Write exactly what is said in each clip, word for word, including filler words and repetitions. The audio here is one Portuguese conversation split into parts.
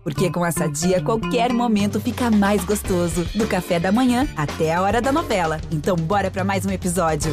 Porque com essa dia, qualquer momento fica mais gostoso. Do café da manhã até a hora da novela. Então bora pra mais um episódio.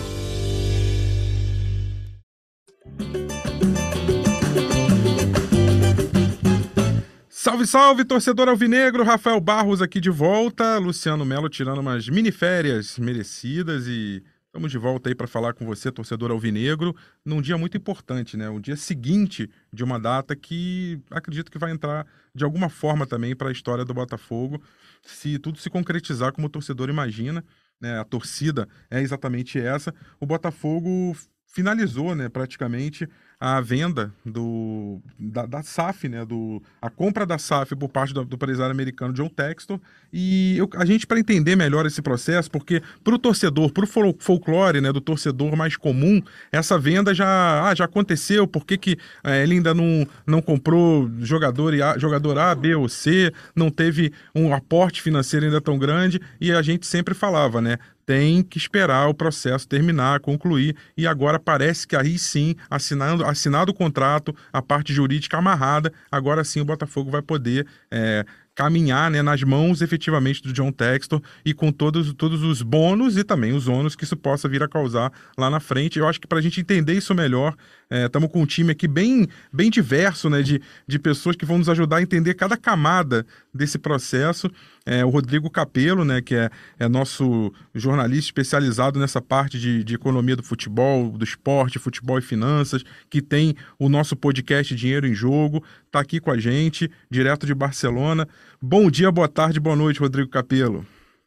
Salve, salve, torcedor alvinegro! Rafael Barros aqui de volta. Luciano Melo tirando umas mini férias merecidas e estamos de volta aí para falar com você, torcedor alvinegro, num dia muito importante, né? O dia seguinte de uma data que acredito que vai entrar de alguma forma também para a história do Botafogo, se tudo se concretizar como o torcedor imagina, né? A torcida é exatamente essa. O Botafogo finalizou, né, praticamente a venda do, da, da S A F, né, do, a compra da S A F por parte do, do empresário americano John Textor, e eu, a gente, para entender melhor esse processo, porque para o torcedor, para o folclore, né, do torcedor mais comum, essa venda já, ah, já aconteceu, por que que é, ele ainda não, não comprou jogador A, jogador A, B ou C, não teve um aporte financeiro ainda tão grande, e a gente sempre falava, né, tem que esperar o processo terminar, concluir, e agora parece que aí sim, assinando, assinado o contrato, a parte jurídica amarrada, agora sim o Botafogo vai poder é, caminhar, né, nas mãos efetivamente do John Textor e com todos, todos os bônus e também os ônus que isso possa vir a causar lá na frente. Eu acho que para a gente entender isso melhor, estamos é, com um time aqui bem, bem diverso, né, de, de pessoas que vão nos ajudar a entender cada camada desse processo. É, o Rodrigo Capello, né, que é, é nosso jornalista especializado nessa parte de, de economia do futebol, do esporte, futebol e finanças, que tem o nosso podcast Dinheiro em Jogo, está aqui com a gente, direto de Barcelona. Bom dia, boa tarde, boa noite, Rodrigo Capello.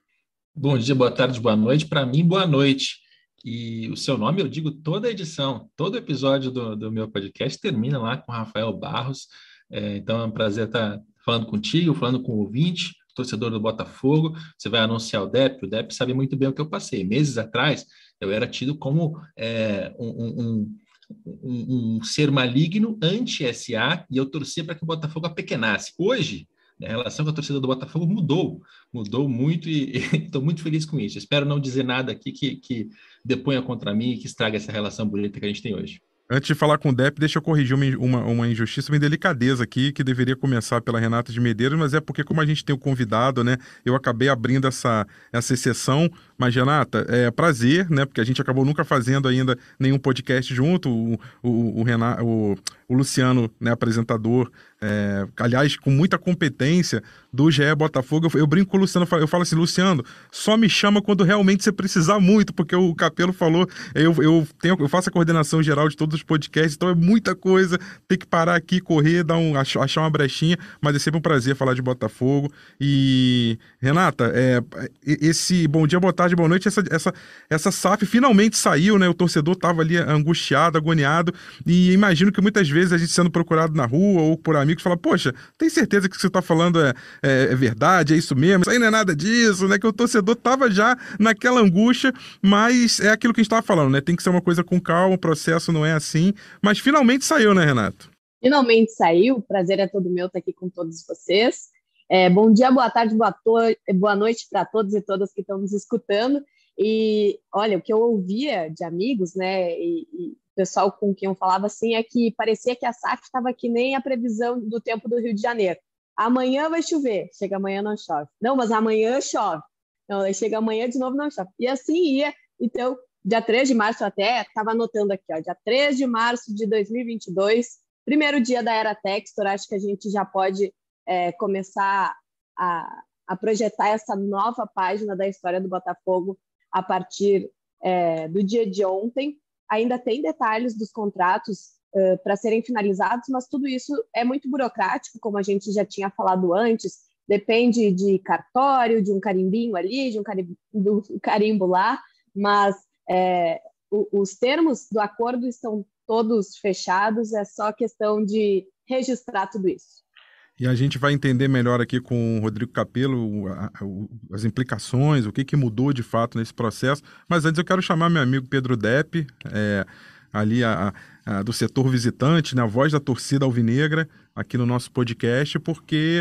Bom dia, boa tarde, boa noite. Para mim, boa noite. E o seu nome eu digo toda a edição, todo episódio do, do meu podcast termina lá com Rafael Barros. É, então é um prazer estar falando contigo, falando com o ouvinte, torcedor do Botafogo. Você vai anunciar o D E P, o D E P sabe muito bem o que eu passei. Meses atrás, eu era tido como é, um, um, um, um ser maligno anti-S A e eu torcia para que o Botafogo apequenasse. Hoje, a relação com a torcida do Botafogo mudou, mudou muito e estou muito feliz com isso. Espero não dizer nada aqui que, que deponha contra mim e que estrague essa relação bonita que a gente tem hoje. Antes de falar com o D E P, deixa eu corrigir uma, uma, uma injustiça, uma indelicadeza aqui, que deveria começar pela Renata de Medeiros, mas é porque, como a gente tem o convidado, né, eu acabei abrindo essa, essa exceção. Mas, Renata, é prazer, né, porque a gente acabou nunca fazendo ainda nenhum podcast junto, o, o, o, Renato, o, o Luciano, né, apresentador, é, aliás, com muita competência do G E Botafogo, eu, eu brinco com o Luciano, eu falo assim, Luciano, só me chama quando realmente você precisar muito, porque o Capello falou, eu, eu, tenho, eu faço a coordenação geral de todos os podcasts, então é muita coisa, tem que parar aqui, correr, dar um, achar uma brechinha, mas é sempre um prazer falar de Botafogo. E, Renata, é, esse bom dia, boa tarde, boa noite, essa, essa, essa S A F finalmente saiu, né? O torcedor estava ali angustiado, agoniado, e imagino que muitas vezes a gente sendo procurado na rua ou por amigos fala, poxa, tem certeza que o que você está falando é, é, é verdade, é isso mesmo, isso aí não é nada disso, né? Que o torcedor estava já naquela angústia, mas é aquilo que a gente estava falando, né? Tem que ser uma coisa com calma, o processo não é assim, mas finalmente saiu, né, Renato? Finalmente saiu, o prazer é todo meu estar aqui com todos vocês. É, bom dia, boa tarde, boa, to- boa noite para todos e todas que estão nos escutando. E olha, o que eu ouvia de amigos, né, e, e pessoal com quem eu falava assim, é que parecia que a S A F estava que nem a previsão do tempo do Rio de Janeiro. Amanhã vai chover, chega amanhã não chove. Não, mas amanhã chove. Não, aí chega amanhã de novo não chove. E assim ia. Então, dia três de março até, estava anotando aqui, ó, dia três de março de dois mil e vinte e dois, primeiro dia da Era Textor, acho que a gente já pode é, começar a, a projetar essa nova página da história do Botafogo a partir é, do dia de ontem. Ainda tem detalhes dos contratos uh, para serem finalizados, mas tudo isso é muito burocrático, como a gente já tinha falado antes, depende de cartório, de um carimbinho ali, de um carimbo, do carimbo lá, mas é, o, os termos do acordo estão todos fechados, é só questão de registrar tudo isso. E a gente vai entender melhor aqui com o Rodrigo Capello a, a, as implicações, o que, que mudou de fato nesse processo. Mas antes eu quero chamar meu amigo Pedro Depp, é, ali a, a, do setor visitante, né, a voz da torcida alvinegra aqui no nosso podcast, porque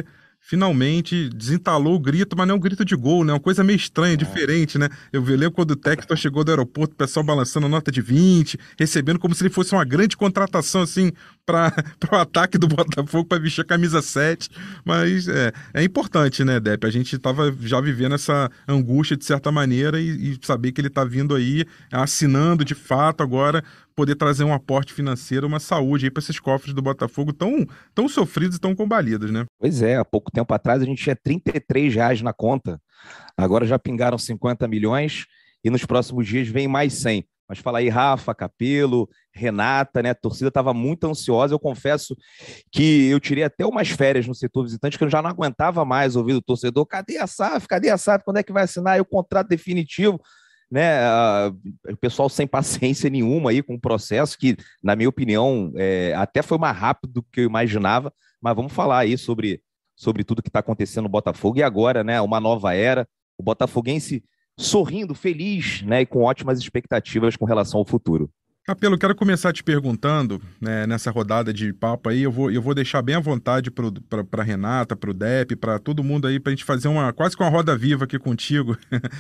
finalmente desentalou o grito, mas não é um grito de gol, né? Uma coisa meio estranha, é. diferente, né? Eu lembro quando o Textor chegou do aeroporto, o pessoal balançando a nota de vinte, recebendo como se ele fosse uma grande contratação, assim, para o ataque do Botafogo, para vestir a camisa sete. Mas é, é importante, né, Depp? A gente estava já vivendo essa angústia, de certa maneira, e, e saber que ele está vindo aí, assinando de fato agora, poder trazer um aporte financeiro, uma saúde aí para esses cofres do Botafogo tão, tão sofridos e tão combalidos, né? Pois é, há pouco tempo atrás a gente tinha trinta e três reais na conta, agora já pingaram cinquenta milhões e nos próximos dias vem mais cem. Mas fala aí, Rafa, Capelo, Renata, né? A torcida estava muito ansiosa. Eu confesso que eu tirei até umas férias no setor visitante, que eu já não aguentava mais ouvir do torcedor: cadê a S A F? Cadê a S A F? Quando é que vai assinar aí o contrato definitivo? Né, uh, o pessoal sem paciência nenhuma aí com o processo, que, na minha opinião, é, até foi mais rápido do que eu imaginava, mas vamos falar aí sobre, sobre tudo que está acontecendo no Botafogo, e agora, né, uma nova era, o botafoguense sorrindo, feliz, né, e com ótimas expectativas com relação ao futuro. Capelo, eu quero começar te perguntando, né, nessa rodada de papo aí, eu vou, eu vou deixar bem à vontade para a Renata, para o Depp, para todo mundo aí, para a gente fazer uma quase que uma roda viva aqui contigo,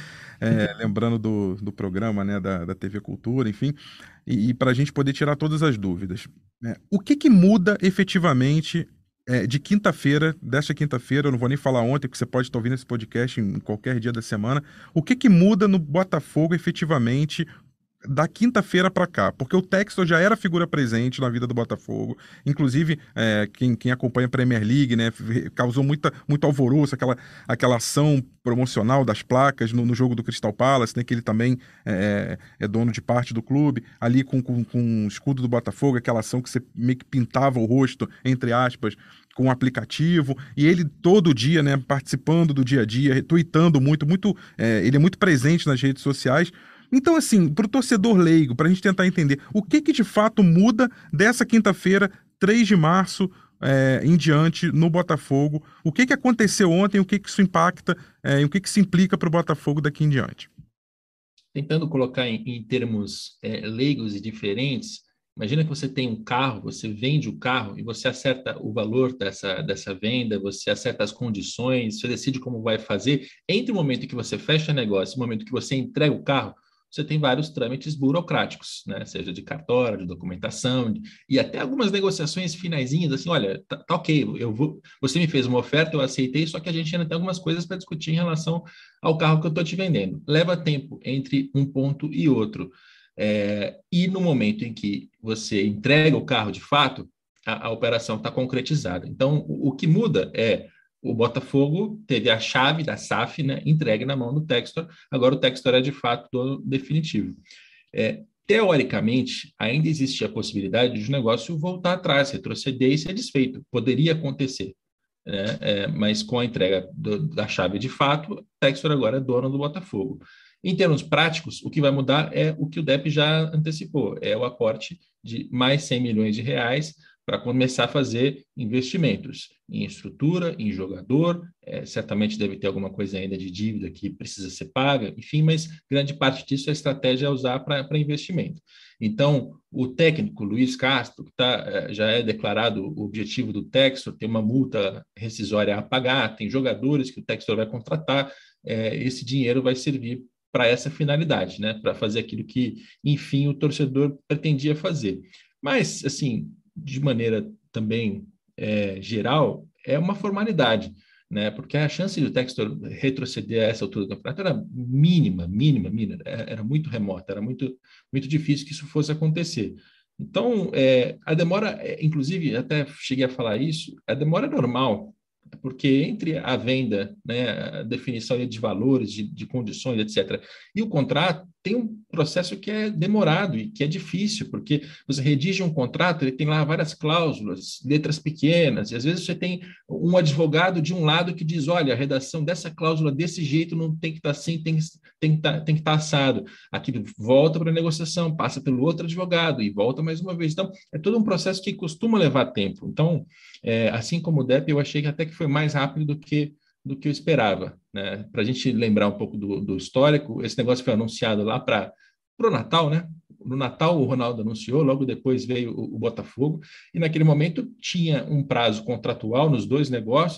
é, lembrando do, do programa, né, da, da T V Cultura, enfim, e, e para a gente poder tirar todas as dúvidas. Né? O que que muda efetivamente é, de quinta-feira, desta quinta-feira, eu não vou nem falar ontem, porque você pode estar ouvindo esse podcast em qualquer dia da semana, o que que muda no Botafogo efetivamente da quinta-feira para cá? Porque o Textor já era figura presente na vida do Botafogo, inclusive é, quem, quem acompanha a Premier League, né, causou muita, muito alvoroço, aquela, aquela ação promocional das placas no, no jogo do Crystal Palace, né, que ele também é, é dono de parte do clube, ali com, com, com o escudo do Botafogo, aquela ação que você meio que pintava o rosto, entre aspas, com o aplicativo, e ele todo dia, né, participando do dia a dia, tweetando muito, muito é, ele é muito presente nas redes sociais. Então, assim, para o torcedor leigo, para a gente tentar entender o que que de fato muda dessa quinta-feira, três de março, é, em diante, no Botafogo, o que que aconteceu ontem, o que que isso impacta, é, e o que que se implica para o Botafogo daqui em diante? Tentando colocar em, em termos é, leigos e diferentes, imagina que você tem um carro, você vende o carro e você acerta o valor dessa, dessa venda, você acerta as condições, você decide como vai fazer. Entre o momento que você fecha negócio e o momento que você entrega o carro, você tem vários trâmites burocráticos, né? Seja de cartório, de documentação, de... e até algumas negociações finaizinhas, assim, olha, tá, tá ok, eu vou... você me fez uma oferta, eu aceitei, só que a gente ainda tem algumas coisas para discutir em relação ao carro que eu estou te vendendo. Leva tempo entre um ponto e outro. É... E no momento em que você entrega o carro de fato, a, a operação está concretizada. Então, o, o que muda é o Botafogo teve a chave da S A F, né, entregue na mão do Textor, agora o Textor é de fato dono definitivo. É, teoricamente, ainda existe a possibilidade de o negócio voltar atrás, retroceder e ser desfeito. Poderia acontecer, né? É, mas com a entrega do, da chave de fato, o Textor agora é dono do Botafogo. Em termos práticos, o que vai mudar é o que o Depp já antecipou, é o aporte de mais cem milhões de reais para começar a fazer investimentos em estrutura, em jogador, é, certamente deve ter alguma coisa ainda de dívida que precisa ser paga, enfim, mas grande parte disso a estratégia é usar para investimento. Então, o técnico Luiz Castro, que tá, já é declarado o objetivo do Textor, tem uma multa rescisória a pagar, tem jogadores que o Textor vai contratar, é, esse dinheiro vai servir para essa finalidade, né? Para fazer aquilo que, enfim, o torcedor pretendia fazer. Mas, assim, de maneira também é, geral, é uma formalidade, né? Porque a chance do Textor retroceder a essa altura do campeonato era mínima, mínima, mínima, era muito remota, era muito, muito difícil que isso fosse acontecer. Então, é, a demora, inclusive, até cheguei a falar isso, a demora é normal, porque entre a venda, né, a definição de valores, de, de condições, etcétera, e o contrato, tem um processo que é demorado e que é difícil, porque você redige um contrato, ele tem lá várias cláusulas, letras pequenas, e às vezes você tem um advogado de um lado que diz, olha, a redação dessa cláusula desse jeito não tem que estar assim, tem, tem, que estar, tem que estar assado. Aquilo volta para a negociação, passa pelo outro advogado e volta mais uma vez. Então, é todo um processo que costuma levar tempo. Então, é, assim como o Depp, eu achei que até que foi mais rápido do que do que eu esperava, né? Para a gente lembrar um pouco do, do histórico, esse negócio foi anunciado lá para o Natal, né? No Natal o Ronaldo anunciou, logo depois veio o, o Botafogo, e naquele momento tinha um prazo contratual nos dois negócios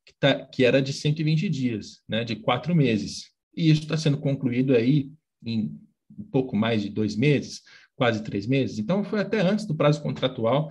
que, tá, que era de cento e vinte dias, né, de quatro meses. E isso está sendo concluído aí em um pouco mais de dois meses, quase três meses. Então, foi até antes do prazo contratual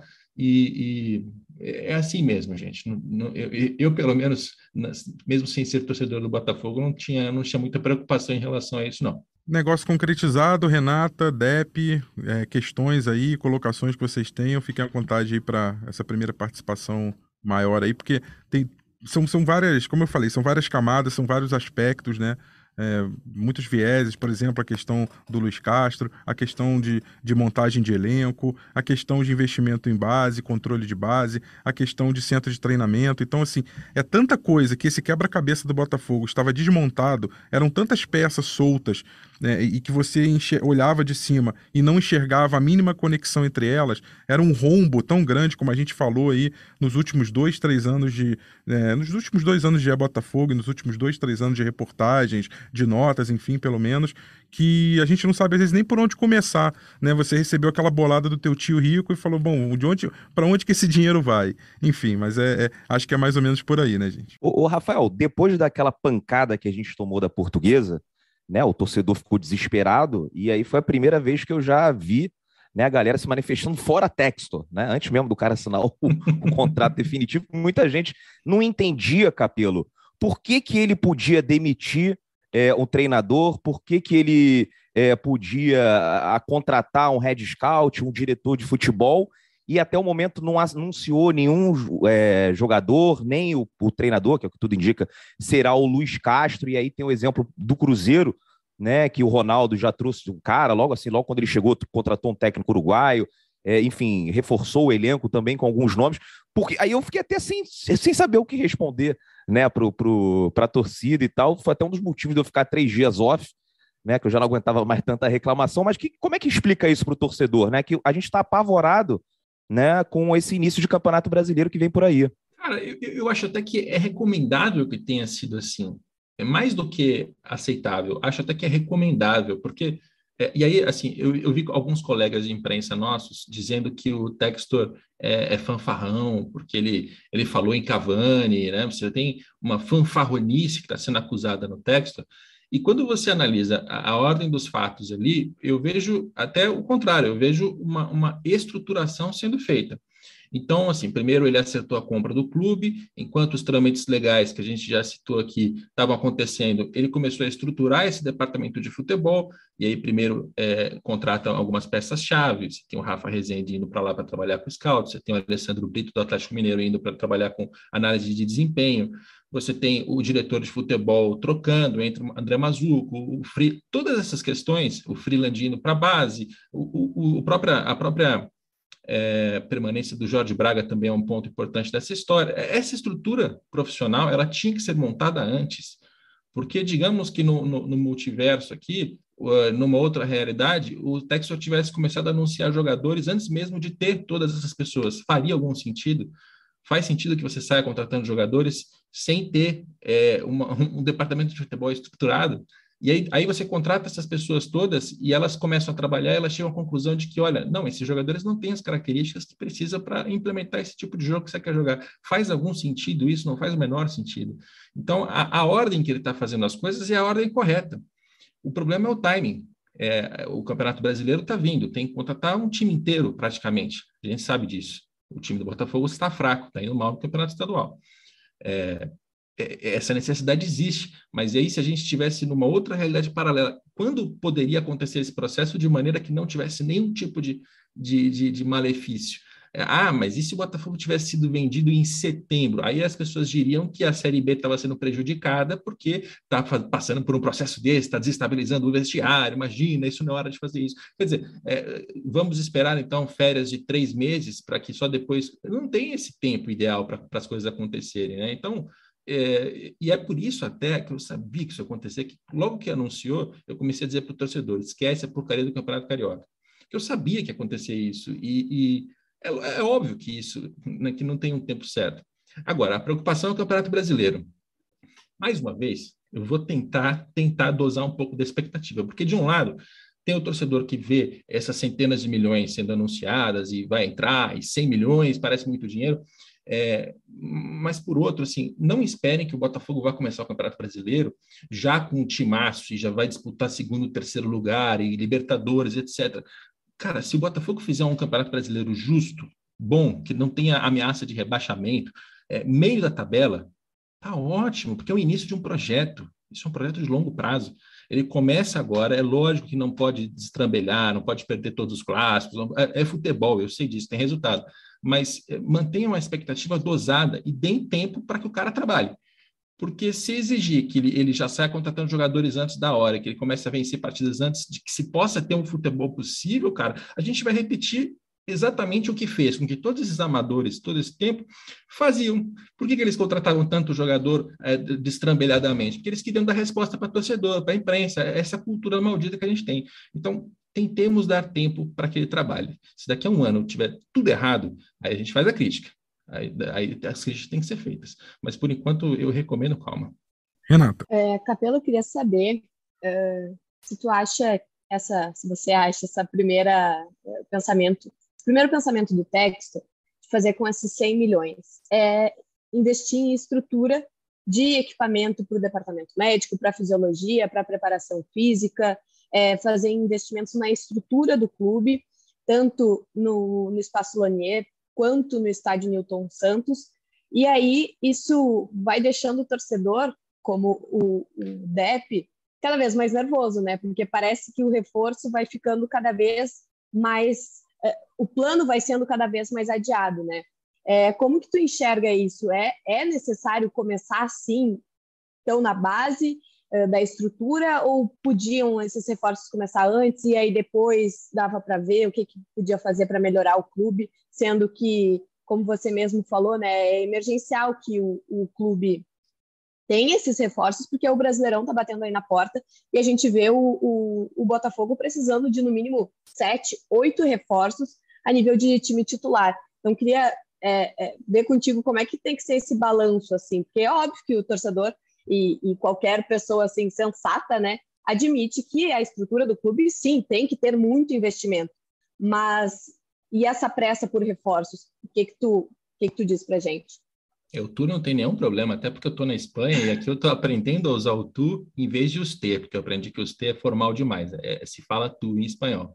e, e é assim mesmo, gente. Não, não, eu, eu, pelo menos, mesmo sem ser torcedor do Botafogo, não tinha, não tinha muita preocupação em relação a isso, não. Negócio concretizado, Renata, Depp, é, questões aí, colocações que vocês tenham, fiquem à vontade aí para essa primeira participação maior aí, porque tem, são, são várias, como eu falei, são várias camadas, são vários aspectos, né? É, muitos vieses, por exemplo, a questão do Luiz Castro, a questão de, de montagem de elenco, a questão de investimento em base, controle de base, a questão de centro de treinamento. Então, assim, é tanta coisa que esse quebra-cabeça do Botafogo estava desmontado, eram tantas peças soltas, né, e que você enxer- olhava de cima e não enxergava a mínima conexão entre elas. Era um rombo tão grande, como a gente falou aí, nos últimos dois, três anos de... É, nos últimos dois anos de Botafogo e nos últimos dois, três anos de reportagens, de notas, enfim, pelo menos, que a gente não sabe às vezes nem por onde começar, né? Você recebeu aquela bolada do teu tio rico e falou, bom, de onde, para onde que esse dinheiro vai? Enfim, mas é, é, acho que é mais ou menos por aí, né, gente? Ô, ô, Rafael, depois daquela pancada que a gente tomou da Portuguesa, né, o torcedor ficou desesperado e aí foi a primeira vez que eu já vi, né, a galera se manifestando fora texto, né? Antes mesmo do cara assinar o, o contrato definitivo, muita gente não entendia, Capello, por que que ele podia demitir É, um treinador, por que que ele é, podia a, a contratar um head scout, um diretor de futebol, e até o momento não anunciou nenhum é, jogador, nem o, o treinador, que é o que tudo indica, será o Luiz Castro, e aí tem o exemplo do Cruzeiro, né, que o Ronaldo já trouxe um cara, logo assim, logo quando ele chegou, contratou um técnico uruguaio, é, enfim, reforçou o elenco também com alguns nomes, porque aí eu fiquei até sem, sem saber o que responder, né, pro, pro, pra torcida e tal. Foi até um dos motivos de eu ficar três dias off, né, que eu já não aguentava mais tanta reclamação, mas que, como é que explica isso pro torcedor, né, que a gente está apavorado, né, com esse início de Campeonato Brasileiro que vem por aí? Cara, eu, eu acho até que é recomendável que tenha sido assim, é mais do que aceitável, acho até que é recomendável, porque É, e aí, assim, eu, eu vi alguns colegas de imprensa nossos dizendo que o Textor é, é fanfarrão, porque ele, ele falou em Cavani, né? Você tem uma fanfarronice que está sendo acusada no Textor. E quando você analisa a, a ordem dos fatos ali, eu vejo até o contrário, eu vejo uma, uma estruturação sendo feita. Então, assim, primeiro ele acertou a compra do clube, enquanto os trâmites legais que a gente já citou aqui estavam acontecendo, ele começou a estruturar esse departamento de futebol, e aí primeiro é, contrata algumas peças-chave, você tem o Rafa Rezende indo para lá para trabalhar com o scout, você tem o Alessandro Brito do Atlético Mineiro indo para trabalhar com análise de desempenho, você tem o diretor de futebol trocando entre o André Mazuco, o Free, todas essas questões, o Freeland indo para a base, o, o, o própria, a própria É, permanência do Jorge Braga também é um ponto importante dessa história. Essa estrutura profissional, ela tinha que ser montada antes, porque digamos que no, no, no multiverso aqui, uh, numa outra realidade, o Textor tivesse começado a anunciar jogadores antes mesmo de ter todas essas pessoas. Faria algum sentido? Faz sentido que você saia contratando jogadores sem ter é, uma, um departamento de futebol estruturado? E aí, aí você contrata essas pessoas todas e elas começam a trabalhar e elas chegam à conclusão de que, olha, não, esses jogadores não têm as características que precisa para implementar esse tipo de jogo que você quer jogar. Faz algum sentido isso? Não faz o menor sentido. Então, a, a ordem que ele está fazendo as coisas é a ordem correta. O problema é o timing. É, o Campeonato Brasileiro está vindo, tem que contratar um time inteiro praticamente. A gente sabe disso. O time do Botafogo está fraco, está indo mal no Campeonato Estadual. É, essa necessidade existe, mas e aí se a gente estivesse numa outra realidade paralela, quando poderia acontecer esse processo de maneira que não tivesse nenhum tipo de, de, de, de malefício? Ah, mas e se o Botafogo tivesse sido vendido em setembro? Aí as pessoas diriam que a Série B estava sendo prejudicada porque está passando por um processo desse, está desestabilizando o vestiário, imagina, isso não é hora de fazer isso. Quer dizer, é, vamos esperar então férias de três meses para que só depois... Não tem esse tempo ideal para as coisas acontecerem, né? Então, É, e é por isso até que eu sabia que isso ia acontecer, que logo que anunciou, eu comecei a dizer para o torcedor, esquece a porcaria do Campeonato Carioca. Eu sabia que ia acontecer isso, e, e é, é óbvio que isso, né, que não tem um tempo certo. Agora, a preocupação é o Campeonato Brasileiro. Mais uma vez, eu vou tentar, tentar dosar um pouco da expectativa, porque de um lado, tem o torcedor que vê essas centenas de milhões sendo anunciadas e vai entrar, e cem milhões, parece muito dinheiro. É, mas, por outro, assim, não esperem que o Botafogo vá começar o Campeonato Brasileiro já com um timaço e já vai disputar segundo, terceiro lugar e Libertadores, etcétera. Cara, se o Botafogo fizer um Campeonato Brasileiro justo, bom, que não tenha ameaça de rebaixamento, é, meio da tabela, tá ótimo, porque é o início de um projeto. Isso é um projeto de longo prazo. Ele começa agora, é lógico que não pode destrambelhar, não pode perder todos os clássicos, não, é, é futebol, eu sei disso, tem resultado. Mas é, mantenha uma expectativa dosada e deem tempo para que o cara trabalhe. Porque se exigir que ele, ele já saia contratando jogadores antes da hora, que ele comece a vencer partidas antes de que se possa ter um futebol possível, cara, a gente vai repetir exatamente o que fez com que todos esses amadores, todo esse tempo, faziam. Por que, que eles contratavam tanto jogador é, destrambelhadamente? Porque eles queriam dar resposta para torcedor, para a imprensa, essa cultura maldita que a gente tem. Então, tentemos dar tempo para que ele trabalhe. Se daqui a um ano tiver tudo errado, aí a gente faz a crítica. Aí, aí as críticas têm que ser feitas. Mas, por enquanto, eu recomendo calma. Renata. É, Capelo, eu queria saber uh, se tu acha essa, se você acha essa primeira uh, pensamento primeiro pensamento do texto, de fazer com esses cem milhões, é investir em estrutura de equipamento para o departamento médico, para a fisiologia, para a preparação física, é fazer investimentos na estrutura do clube, tanto no, no Espaço Lanier, quanto no estádio Newton Santos, e aí isso vai deixando o torcedor, como o, o D E P, cada vez mais nervoso, né? Porque parece que o reforço vai ficando cada vez mais... o plano vai sendo cada vez mais adiado, né? É, como que tu enxerga isso? É, é necessário começar assim, então, na base uh, da estrutura, ou podiam esses reforços começar antes e aí depois dava para ver o que, que podia fazer para melhorar o clube, sendo que, como você mesmo falou, né, é emergencial que o, o clube tem esses reforços, porque o Brasileirão está batendo aí na porta e a gente vê o, o, o Botafogo precisando de, no mínimo, sete, oito reforços a nível de time titular. Então, queria é, é, ver contigo como é que tem que ser esse balanço, assim, porque é óbvio que o torcedor e, e qualquer pessoa assim, sensata, né, admite que a estrutura do clube, sim, tem que ter muito investimento, mas e essa pressa por reforços? O que que tu, o que que tu diz pra gente? Eu, tu não tem nenhum problema, até porque eu estou na Espanha e aqui eu estou aprendendo a usar o tu em vez de os te, porque eu aprendi que os te é formal demais, é, se fala tu em espanhol.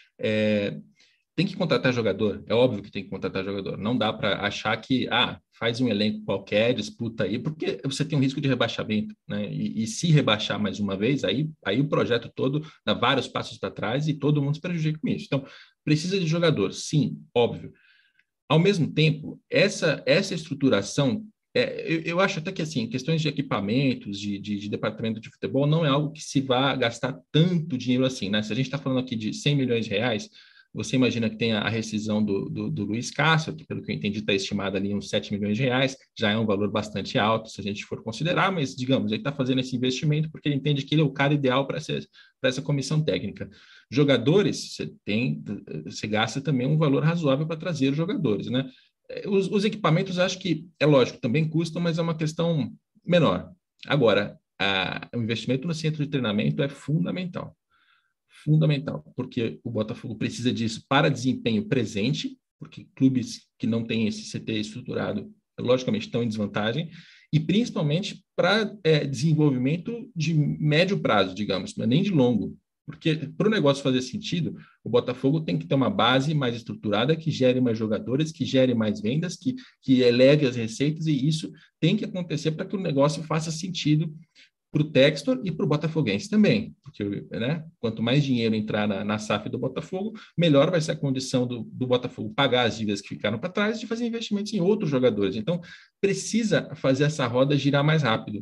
É, tem que contratar jogador, é óbvio que tem que contratar jogador, não dá para achar que, ah, faz um elenco qualquer, disputa aí, porque você tem um risco de rebaixamento, né? E, e se rebaixar mais uma vez, aí, aí o projeto todo dá vários passos para trás e todo mundo se prejudica com isso. Então, precisa de jogador, sim, óbvio. Ao mesmo tempo, essa, essa estruturação, é, eu, eu acho até que, assim, questões de equipamentos, de, de, de departamento de futebol, não é algo que se vá gastar tanto dinheiro assim, né? Se a gente está falando aqui de cem milhões de reais, você imagina que tem a rescisão do, do, do Luiz Cássio, que, pelo que eu entendi, está estimada ali em uns sete milhões de reais, já é um valor bastante alto, se a gente for considerar, mas, digamos, ele está fazendo esse investimento porque ele entende que ele é o cara ideal para essa comissão técnica. Jogadores, você tem, você gasta também um valor razoável para trazer os jogadores, né? Os, os equipamentos, acho que, é lógico, também custam, mas é uma questão menor. Agora, a, o investimento no centro de treinamento é fundamental. Fundamental, porque o Botafogo precisa disso para desempenho presente, porque clubes que não têm esse C T estruturado, logicamente, estão em desvantagem, e principalmente para é, desenvolvimento de médio prazo, digamos, não é nem de longo. Porque para o negócio fazer sentido, o Botafogo tem que ter uma base mais estruturada, que gere mais jogadores, que gere mais vendas, que, que eleve as receitas, e isso tem que acontecer para que o negócio faça sentido para o Textor e para o Botafoguense também. Porque, né, quanto mais dinheiro entrar na, na S A F do Botafogo, melhor vai ser a condição do, do Botafogo pagar as dívidas que ficaram para trás e de fazer investimentos em outros jogadores. Então, precisa fazer essa roda girar mais rápido.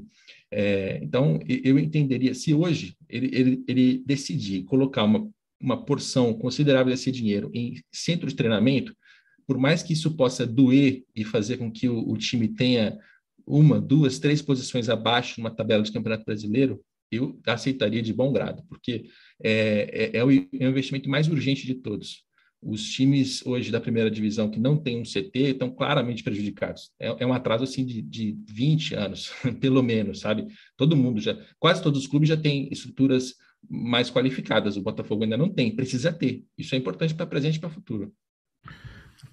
É, então, eu entenderia, se hoje ele, ele, ele decidir colocar uma, uma porção considerável desse dinheiro em centro de treinamento, por mais que isso possa doer e fazer com que o, o time tenha uma, duas, três posições abaixo numa tabela de Campeonato Brasileiro, eu aceitaria de bom grado, porque é, é, é o investimento mais urgente de todos. Os times hoje da primeira divisão que não têm um C T estão claramente prejudicados. É, é um atraso assim de, de vinte anos, pelo menos, sabe? Todo mundo já, quase todos os clubes já têm estruturas mais qualificadas. O Botafogo ainda não tem, precisa ter. Isso é importante para presente e para futuro.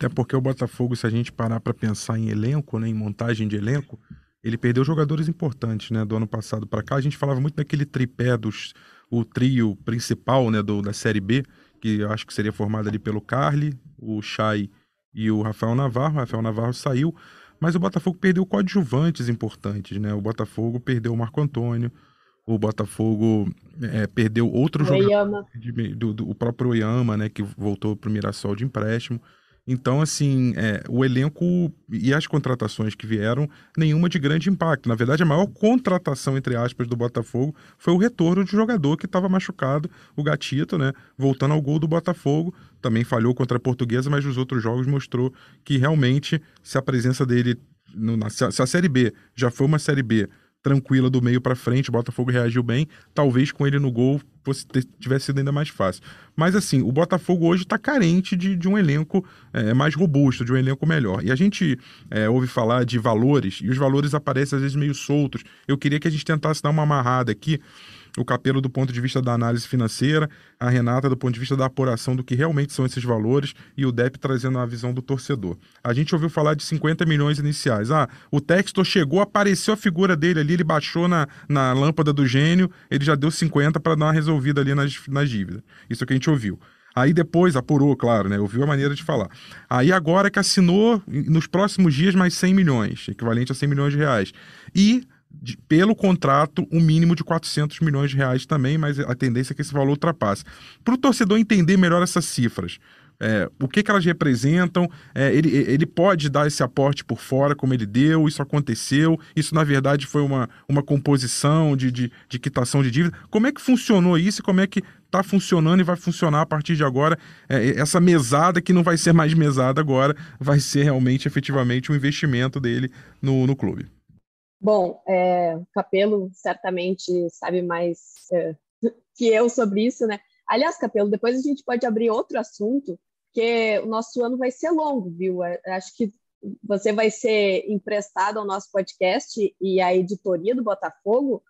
Até porque o Botafogo, se a gente parar para pensar em elenco, né, em montagem de elenco, ele perdeu jogadores importantes, né, do ano passado para cá. A gente falava muito daquele tripé, dos, o trio principal, né, do, da Série B, que eu acho que seria formado ali pelo Carly, o Chay e o Rafael Navarro. O Rafael Navarro saiu, mas o Botafogo perdeu coadjuvantes importantes, né? O Botafogo perdeu o Marco Antônio, o Botafogo é, perdeu outro O jogador, Oyama. de- do, do- o próprio Oyama, né, que voltou para o Mirassol de empréstimo. Então, assim, é, o elenco e as contratações que vieram, nenhuma de grande impacto. Na verdade, a maior contratação, entre aspas, do Botafogo foi o retorno de jogador que estava machucado, o Gatito, né? Voltando ao gol do Botafogo, também falhou contra a Portuguesa, mas nos outros jogos mostrou que realmente, se a presença dele, no- na, se a se a Série B já foi uma Série B tranquila do meio para frente, o Botafogo reagiu bem, talvez com ele no gol fosse ter- tivesse sido ainda mais fácil. Mas assim, o Botafogo hoje está carente de, de um elenco é, mais robusto, de um elenco melhor. E a gente é, ouve falar de valores, e os valores aparecem às vezes meio soltos. Eu queria que a gente tentasse dar uma amarrada aqui, o Capelo do ponto de vista da análise financeira, a Renata do ponto de vista da apuração do que realmente são esses valores e o Depp trazendo a visão do torcedor. A gente ouviu falar de cinquenta milhões iniciais. Ah, o Textor chegou, apareceu a figura dele ali, ele baixou na, na lâmpada do gênio, ele já deu cinquenta para dar uma resolvida ali nas, nas dívidas. Isso é o que a gente ouviu. Aí depois apurou, claro, né? Ouviu a maneira de falar. Aí agora que assinou nos próximos dias mais cem milhões, equivalente a cem milhões de reais. E de- pelo contrato, um mínimo de quatrocentos milhões de reais também, mas a tendência é que esse valor ultrapasse. Para o torcedor entender melhor essas cifras, é, o que, que elas representam, é, ele, ele pode dar esse aporte por fora, como ele deu, isso aconteceu, isso na verdade foi uma, uma composição de, de, de quitação de dívida. Como é que funcionou isso e como é que está funcionando e vai funcionar a partir de agora, é, essa mesada que não vai ser mais mesada agora, vai ser realmente, efetivamente, um investimento dele no, no clube. Bom, é, o Capelo certamente sabe mais é, que eu sobre isso, né? Aliás, Capelo, depois a gente pode abrir outro assunto, porque o nosso ano vai ser longo, viu? É, acho que você vai ser emprestado ao nosso podcast e à editoria do Botafogo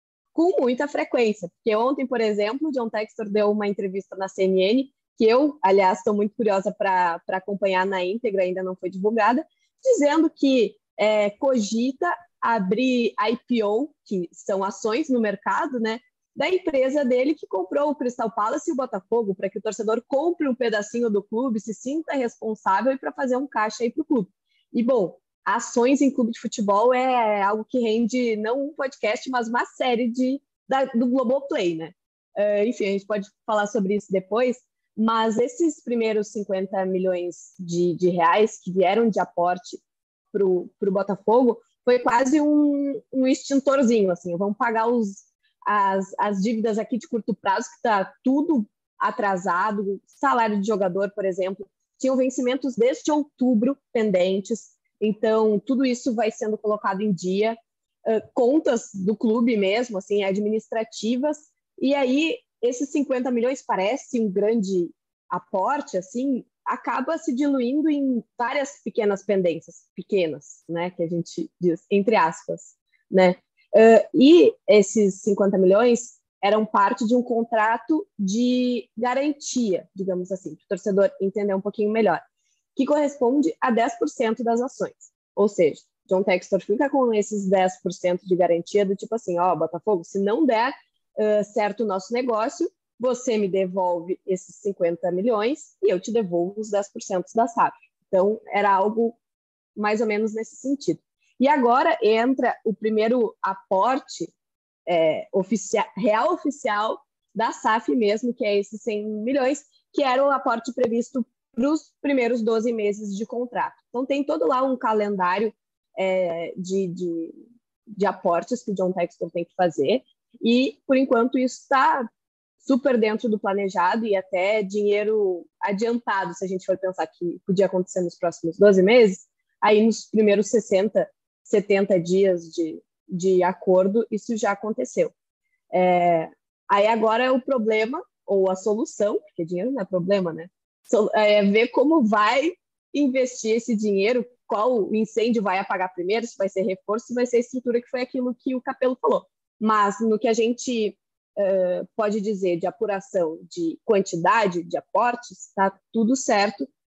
com muita frequência, porque ontem, por exemplo, o John Textor deu uma entrevista na C N N, que eu, aliás, estou muito curiosa para acompanhar na íntegra, ainda não foi divulgada, dizendo que é, cogita abrir I P O, que são ações no mercado, né, da empresa dele que comprou o Crystal Palace e o Botafogo, para que o torcedor compre um pedacinho do clube, se sinta responsável e para fazer um caixa aí para o clube. E, bom, ações em clube de futebol é algo que rende não um podcast, mas uma série de, da, do Globoplay, né? Uh, enfim, a gente pode falar sobre isso depois, mas esses primeiros cinquenta milhões de, de reais que vieram de aporte para o Botafogo foi quase um, um extintorzinho, assim, vamos pagar os, as, as dívidas aqui de curto prazo, que está tudo atrasado, salário de jogador, por exemplo, tinham vencimentos desde outubro pendentes, então tudo isso vai sendo colocado em dia, uh, contas do clube mesmo, assim, administrativas, e aí esses cinquenta milhões parece um grande aporte, assim, acaba se diluindo em várias pequenas pendências, pequenas, né, que a gente diz, entre aspas, né, uh, e esses cinquenta milhões eram parte de um contrato de garantia, digamos assim, para o torcedor entender um pouquinho melhor, que corresponde a dez por cento das ações, ou seja, John Textor fica com esses dez por cento de garantia do tipo assim, ó, Botafogo, se não der uh, certo o nosso negócio, você me devolve esses cinquenta milhões e eu te devolvo os dez por cento da S A F. Então, era algo mais ou menos nesse sentido. E agora entra o primeiro aporte é, oficial, real oficial da S A F mesmo, que é esses cem milhões, que era o aporte previsto para os primeiros doze meses de contrato. Então, tem todo lá um calendário é, de, de, de aportes que o John Textor tem que fazer e, por enquanto, isso está super dentro do planejado e até dinheiro adiantado, se a gente for pensar que podia acontecer nos próximos doze meses, aí nos primeiros sessenta, setenta dias de, de acordo, isso já aconteceu. É, aí agora é o problema, ou a solução, porque dinheiro não é problema, né? É ver como vai investir esse dinheiro, qual o incêndio vai apagar primeiro, se vai ser reforço, se vai ser estrutura, que foi aquilo que o Capelo falou. Mas no que a gente Uh, pode dizer de apuração de quantidade de aportes, está tudo certo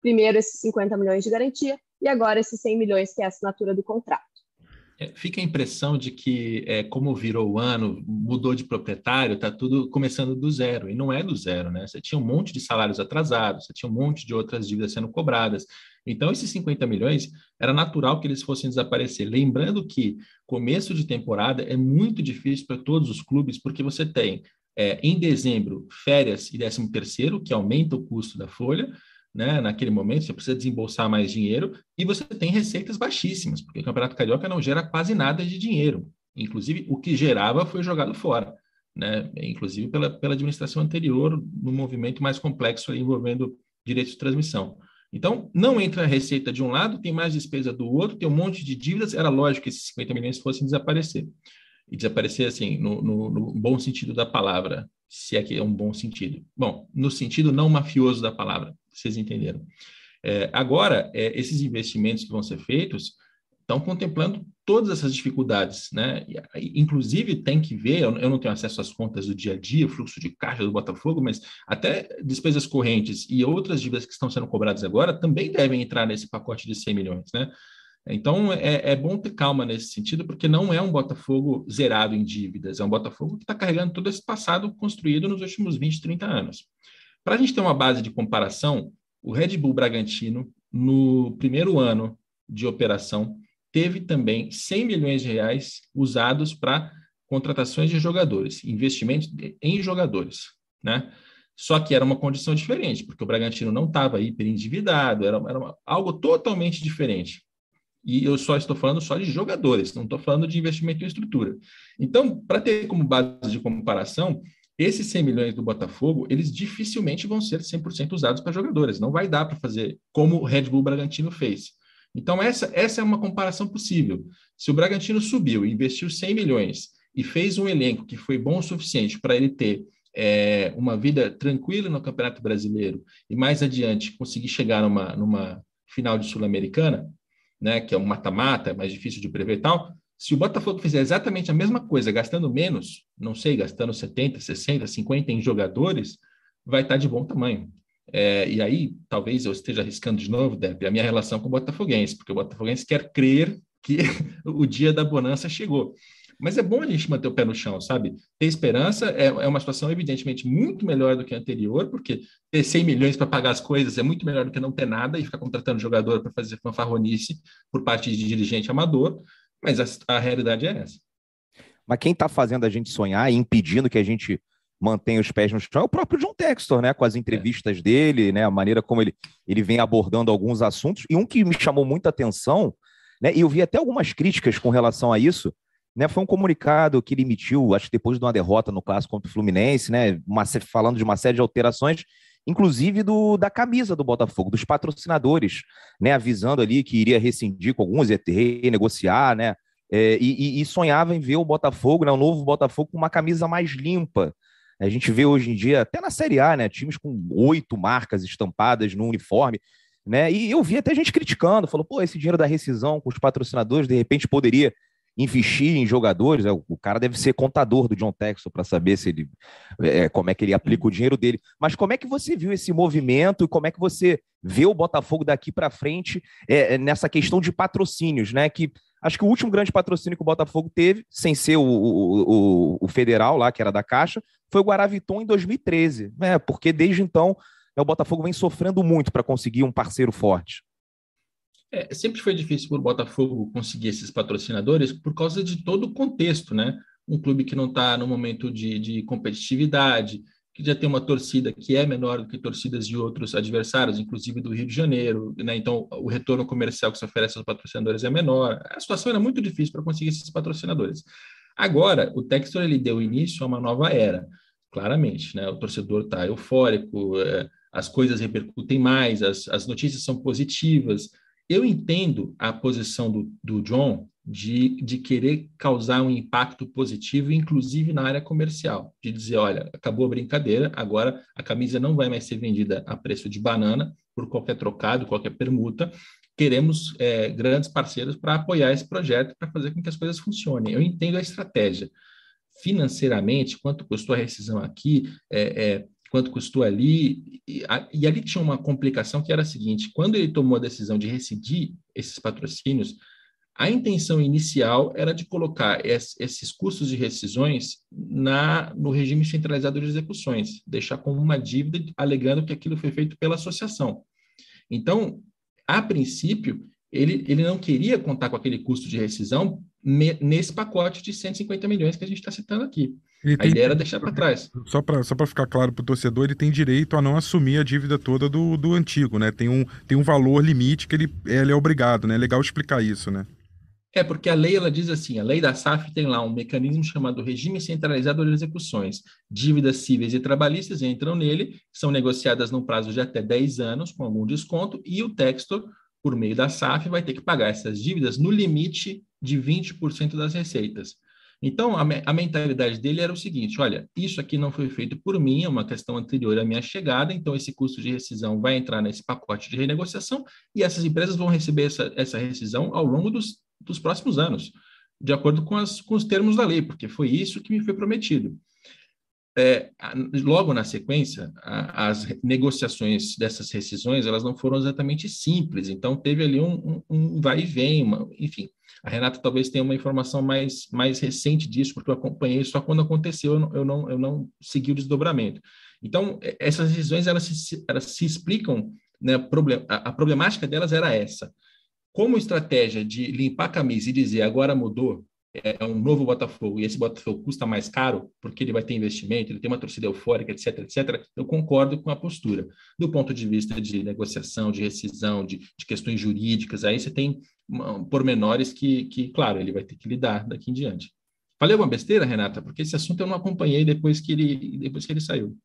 Primeiro esses cinquenta milhões de garantia e agora esses cem milhões que é a assinatura do contrato. É, fica a impressão de que, é, como virou o ano, mudou de proprietário, está tudo começando do zero, e não é do zero, né? Você tinha um monte de salários atrasados, você tinha um monte de outras dívidas sendo cobradas. Então, esses cinquenta milhões, era natural que eles fossem desaparecer. Lembrando que começo de temporada é muito difícil para todos os clubes, porque você tem, é, em dezembro, férias e décimo terceiro, que aumenta o custo da folha, né? Naquele momento, você precisa desembolsar mais dinheiro e você tem receitas baixíssimas, porque o Campeonato Carioca não gera quase nada de dinheiro. Inclusive, o que gerava foi jogado fora, né? Inclusive pela, pela administração anterior, no movimento mais complexo aí, envolvendo direitos de transmissão. Então, não entra a receita de um lado, tem mais despesa do outro, tem um monte de dívidas, era lógico que esses cinquenta milhões fossem desaparecer. E desaparecer, assim, no, no, no bom sentido da palavra, se é que é um bom sentido. Bom, no sentido não mafioso da palavra, vocês entenderam. É, agora, é, esses investimentos que vão ser feitos estão contemplando todas essas dificuldades, né? E, inclusive, tem que ver, eu, eu não tenho acesso às contas do dia a dia, o fluxo de caixa do Botafogo, mas até despesas correntes e outras dívidas que estão sendo cobradas agora também devem entrar nesse pacote de cem milhões, né? Então, é, é bom ter calma nesse sentido, porque não é um Botafogo zerado em dívidas, é um Botafogo que está carregando todo esse passado construído nos últimos vinte, trinta anos. Para a gente ter uma base de comparação, o Red Bull Bragantino, no primeiro ano de operação, teve também cem milhões de reais usados para contratações de jogadores, investimentos em jogadores, né? Só que era uma condição diferente, porque o Bragantino não estava hiperendividado, era, era uma, algo totalmente diferente. E eu só estou falando só de jogadores, não estou falando de investimento em estrutura. Então, para ter como base de comparação, esses cem milhões do Botafogo, eles dificilmente vão ser cem por cento usados para jogadores. Não vai dar para fazer como o Red Bull Bragantino fez. Então, essa, essa é uma comparação possível. Se o Bragantino subiu e investiu cem milhões e fez um elenco que foi bom o suficiente para ele ter é, uma vida tranquila no Campeonato Brasileiro e mais adiante conseguir chegar numa, numa final de Sul-Americana, né, que é um mata-mata, é mais difícil de prever e tal, se o Botafogo fizer exatamente a mesma coisa, gastando menos, não sei, gastando setenta, sessenta, cinquenta em jogadores, vai estar de bom tamanho. É, e aí, talvez eu esteja arriscando de novo, Depp, a minha relação com o botafoguense, porque o botafoguense quer crer que o dia da bonança chegou. Mas é bom a gente manter o pé no chão, sabe? Ter esperança é, é uma situação evidentemente muito melhor do que a anterior, porque ter cem milhões para pagar as coisas é muito melhor do que não ter nada e ficar contratando jogador para fazer fanfarronice por parte de dirigente amador, mas a, a realidade é essa. Mas quem está fazendo a gente sonhar e impedindo que a gente mantenha os pés no chão é o próprio John Textor, né? Com as entrevistas é. dele, né? A maneira como ele, ele vem abordando alguns assuntos. E um que me chamou muita atenção, né? E eu vi até algumas críticas com relação a isso, né, foi um comunicado que ele emitiu, acho que depois de uma derrota no clássico contra o Fluminense, né, uma, falando de uma série de alterações, inclusive do, da camisa do Botafogo, dos patrocinadores, né, avisando ali que iria rescindir com alguns, ia renegociar, né, é, e, e sonhava em ver o Botafogo, né, o novo Botafogo com uma camisa mais limpa. A gente vê hoje em dia, até na Série A, né, times com oito marcas estampadas no uniforme, né, e eu vi até gente criticando, falou, pô, esse dinheiro da rescisão com os patrocinadores, de repente poderia investir em jogadores, o cara deve ser contador do John Textor para saber se ele, é, como é que ele aplica o dinheiro dele, mas como é que você viu esse movimento e como é que você vê o Botafogo daqui para frente é, nessa questão de patrocínios, né, que acho que o último grande patrocínio que o Botafogo teve, sem ser o, o, o, o federal lá, que era da Caixa, foi o Guaraviton em dois mil e treze, né, porque desde então né, o Botafogo vem sofrendo muito para conseguir um parceiro forte. É, sempre foi difícil para o Botafogo conseguir esses patrocinadores por causa de todo o contexto, né? Um clube que não está no momento de, de competitividade, que já tem uma torcida que é menor do que torcidas de outros adversários, inclusive do Rio de Janeiro, né? Então o retorno comercial que se oferece aos patrocinadores é menor. A situação era muito difícil para conseguir esses patrocinadores. Agora, o Textor ele deu início a uma nova era, claramente, né? O torcedor está eufórico, é, as coisas repercutem mais, as, as notícias são positivas. Eu entendo a posição do, do John de, de querer causar um impacto positivo, inclusive na área comercial, de dizer, olha, acabou a brincadeira, agora a camisa não vai mais ser vendida a preço de banana, por qualquer trocado, qualquer permuta, queremos é, grandes parceiros para apoiar esse projeto, para fazer com que as coisas funcionem. Eu entendo a estratégia. Financeiramente, quanto custou a rescisão aqui, é, é, quanto custou ali, e, a, e ali tinha uma complicação que era a seguinte: quando ele tomou a decisão de rescindir esses patrocínios, a intenção inicial era de colocar es, esses custos de rescisões na, no regime centralizado de execuções, deixar como uma dívida, alegando que aquilo foi feito pela associação. Então, a princípio, ele, ele não queria contar com aquele custo de rescisão me, nesse pacote de cento e cinquenta milhões que a gente está citando aqui. Ele A tem, ideia era deixar para trás. Só para só para ficar claro para o torcedor, ele tem direito a não assumir a dívida toda do, do antigo, né? Tem um, tem um valor limite que ele, ele é obrigado, né? É legal explicar isso, né? É, porque a lei, ela diz assim, a lei da S A F tem lá um mecanismo chamado Regime Centralizado de Execuções. Dívidas cíveis e trabalhistas entram nele, são negociadas num prazo de até dez anos, com algum desconto, e o Textor, por meio da S A F, vai ter que pagar essas dívidas no limite de vinte por cento das receitas. Então, a, a mentalidade dele era o seguinte: olha, isso aqui não foi feito por mim, é uma questão anterior à minha chegada, então esse custo de rescisão vai entrar nesse pacote de renegociação e essas empresas vão receber essa, essa rescisão ao longo dos, dos próximos anos, de acordo com, as, com os termos da lei, porque foi isso que me foi prometido. É, logo na sequência, a, as negociações dessas rescisões, elas não foram exatamente simples, então teve ali um, um, um vai e vem, uma, enfim. A Renata talvez tenha uma informação mais, mais recente disso, porque eu acompanhei só quando aconteceu, eu não, eu não, eu não segui o desdobramento. Então, essas decisões, elas se, elas se explicam, né, problem, a, a problemática delas era essa. Como estratégia de limpar a camisa e dizer agora mudou, é um novo Botafogo, e esse Botafogo custa mais caro, porque ele vai ter investimento, ele tem uma torcida eufórica, etc, etcétera, eu concordo com a postura. Do ponto de vista de negociação, de rescisão, de, de questões jurídicas, aí você tem um, pormenores que, que, claro, ele vai ter que lidar daqui em diante. Falei alguma besteira, Renata? Porque esse assunto eu não acompanhei depois que ele, depois que ele saiu.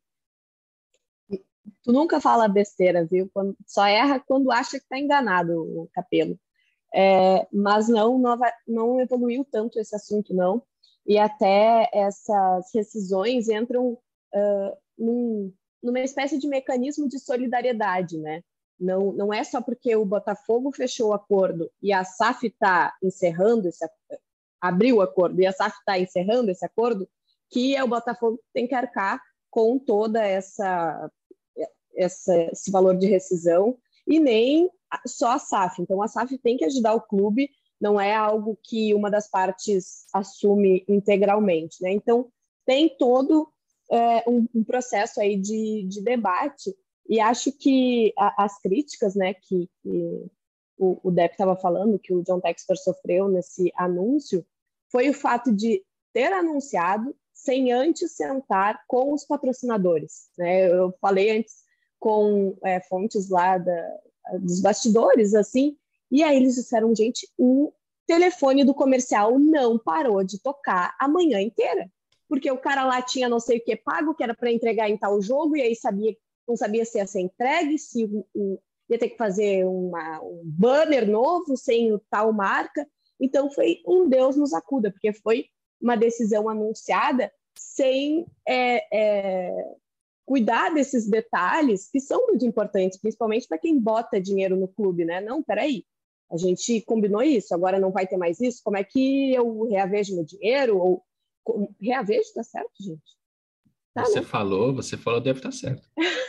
Tu nunca fala besteira, viu? Quando, só erra quando acha que está enganado, o Capelo. É, mas não, não, não evoluiu tanto esse assunto, não. E até essas rescisões entram uh, num, numa espécie de mecanismo de solidariedade, né? Não, não é só porque o Botafogo fechou o acordo e a S A F está encerrando esse abriu o acordo e a S A F está encerrando esse acordo que é o Botafogo que tem que arcar com toda essa, essa esse valor de rescisão, e nem só a S A F. Então, a S A F tem que ajudar o clube, não é algo que uma das partes assume integralmente, né? Então, tem todo é, um, um processo aí de, de debate, e acho que a, as críticas, né, que, que o, o Depp estava falando, que o John Textor sofreu nesse anúncio, foi o fato de ter anunciado sem antes sentar com os patrocinadores, né? Eu falei antes com é, fontes lá da, dos bastidores, assim, e aí eles disseram, gente, o telefone do comercial não parou de tocar a manhã inteira, porque o cara lá tinha não sei o que pago, que era para entregar em tal jogo, e aí sabia, não sabia se ia ser entregue, se o, o, ia ter que fazer uma, um banner novo sem o tal marca. Então foi um Deus nos acuda, porque foi uma decisão anunciada sem é, é, cuidar desses detalhes que são muito importantes, principalmente para quem bota dinheiro no clube, né? Não, peraí, a gente combinou isso, agora não vai ter mais isso, como é que eu reavejo meu dinheiro? Ou reavejo, tá certo, gente? Tá, você né? falou, você falou, deve estar certo.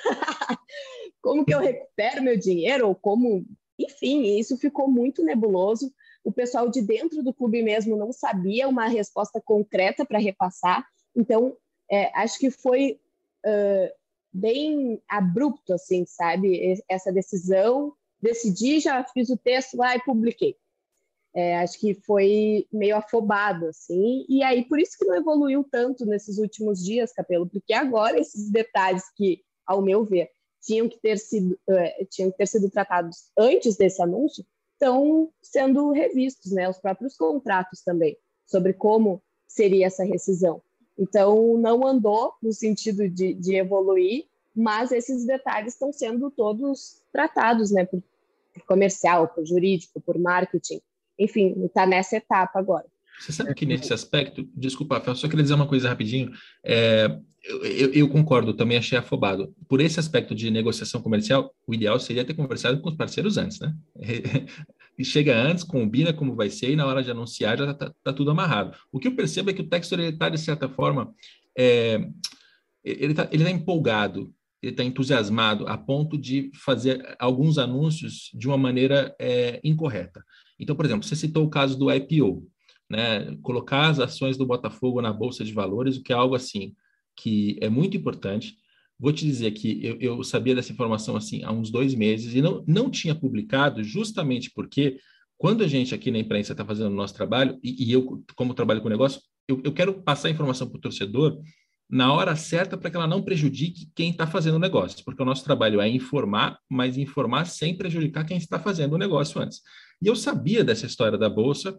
Como que eu recupero meu dinheiro? Ou como... Enfim, isso ficou muito nebuloso. O pessoal de dentro do clube mesmo não sabia uma resposta concreta para repassar. Então, é, acho que foi uh, bem abrupto, assim, sabe? Essa decisão, decidi, já fiz o texto lá e publiquei. É, acho que foi meio afobado, assim, e aí por isso que não evoluiu tanto nesses últimos dias, Capelo, porque agora esses detalhes que, ao meu ver, tinham que ter sido, uh, tinham que ter sido tratados antes desse anúncio, estão sendo revistos, né? Os próprios contratos também, sobre como seria essa rescisão. Então, não andou no sentido de, de evoluir, mas esses detalhes estão sendo todos tratados, né? Por, por comercial, por jurídico, por marketing. Enfim, está nessa etapa agora. Você sabe que nesse aspecto, desculpa, Rafael, só queria dizer uma coisa rapidinho. É, eu, eu, eu concordo, também achei afobado. Por esse aspecto de negociação comercial, o ideal seria ter conversado com os parceiros antes, né? E chega antes, combina como vai ser, e na hora de anunciar já está tá tudo amarrado. O que eu percebo é que o Textor está, de certa forma, é, ele está ele tá empolgado, ele está entusiasmado a ponto de fazer alguns anúncios de uma maneira é, incorreta. Então, por exemplo, você citou o caso do I P O, né? Colocar as ações do Botafogo na Bolsa de Valores, o que é algo assim que é muito importante. Vou te dizer que eu, eu sabia dessa informação assim há uns dois meses e não, não tinha publicado justamente porque quando a gente aqui na imprensa está fazendo o nosso trabalho, e, e eu, como trabalho com negócio, eu, eu quero passar a informação para o torcedor na hora certa para que ela não prejudique quem está fazendo o negócio, porque o nosso trabalho é informar, mas informar sem prejudicar quem está fazendo o negócio antes. E eu sabia dessa história da Bolsa,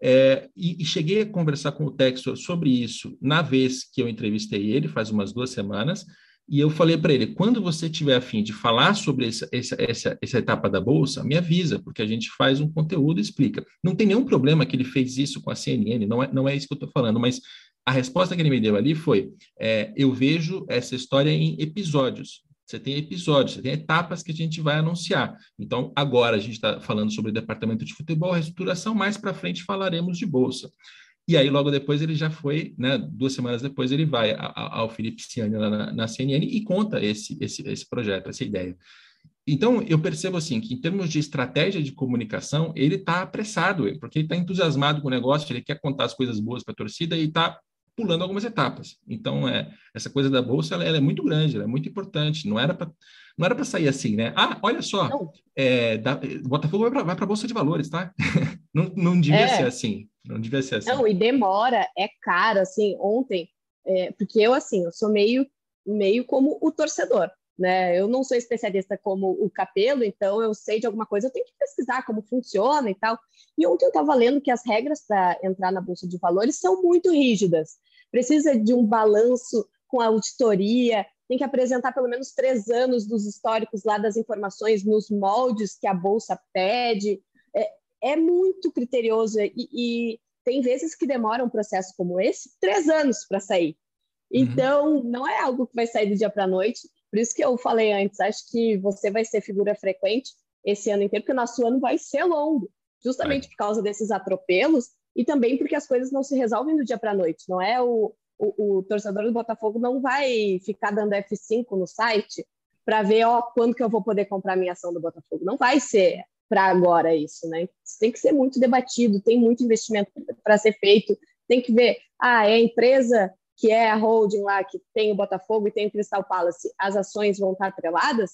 é, e, e cheguei a conversar com o Textor sobre isso na vez que eu entrevistei ele, faz umas duas semanas, e eu falei para ele, quando você tiver a fim de falar sobre essa, essa, essa, essa etapa da Bolsa, me avisa, porque a gente faz um conteúdo e explica. Não tem nenhum problema que ele fez isso com a C N N, não é, não é isso que eu estou falando, mas a resposta que ele me deu ali foi, é, eu vejo essa história em episódios. Você tem episódios, você tem etapas que a gente vai anunciar. Então, agora a gente está falando sobre o departamento de futebol, reestruturação, mais para frente falaremos de Bolsa. E aí, logo depois, ele já foi, né, duas semanas depois, ele vai ao Felipe Ciani lá na, na C N N e conta esse, esse, esse projeto, essa ideia. Então, eu percebo assim, que em termos de estratégia de comunicação, ele está apressado, porque ele está entusiasmado com o negócio, ele quer contar as coisas boas para a torcida e está pulando algumas etapas. Então, é, essa coisa da Bolsa, ela, ela é muito grande, ela é muito importante, não era para não era para sair assim, né? Ah, olha só, é, da, o Botafogo vai para a Bolsa de Valores, tá? não, não devia é. ser assim. Não devia ser assim. Não, e demora, é caro, assim, ontem, é, porque eu, assim, eu sou meio, meio como o torcedor, né? Eu não sou especialista como o Capello, então eu sei de alguma coisa, eu tenho que pesquisar como funciona e tal. E ontem eu estava lendo que as regras para entrar na Bolsa de Valores são muito rígidas. Precisa de um balanço com a auditoria, tem que apresentar pelo menos três anos dos históricos lá das informações nos moldes que a Bolsa pede. É, é muito criterioso e, e tem vezes que demora um processo como esse três anos para sair. Então, uhum. não é algo que vai sair do dia para a noite. Por isso que eu falei antes, acho que você vai ser figura frequente esse ano inteiro, porque o nosso ano vai ser longo, justamente é. por causa desses atropelos e também porque as coisas não se resolvem do dia para a noite. Não é o, o, o torcedor do Botafogo não vai ficar dando F cinco no site para ver ó, quando que eu vou poder comprar minha ação do Botafogo. Não vai ser para agora isso, né? Isso tem que ser muito debatido, tem muito investimento para ser feito, tem que ver, ah, é a empresa que é a holding lá, que tem o Botafogo e tem o Crystal Palace, as ações vão estar atreladas?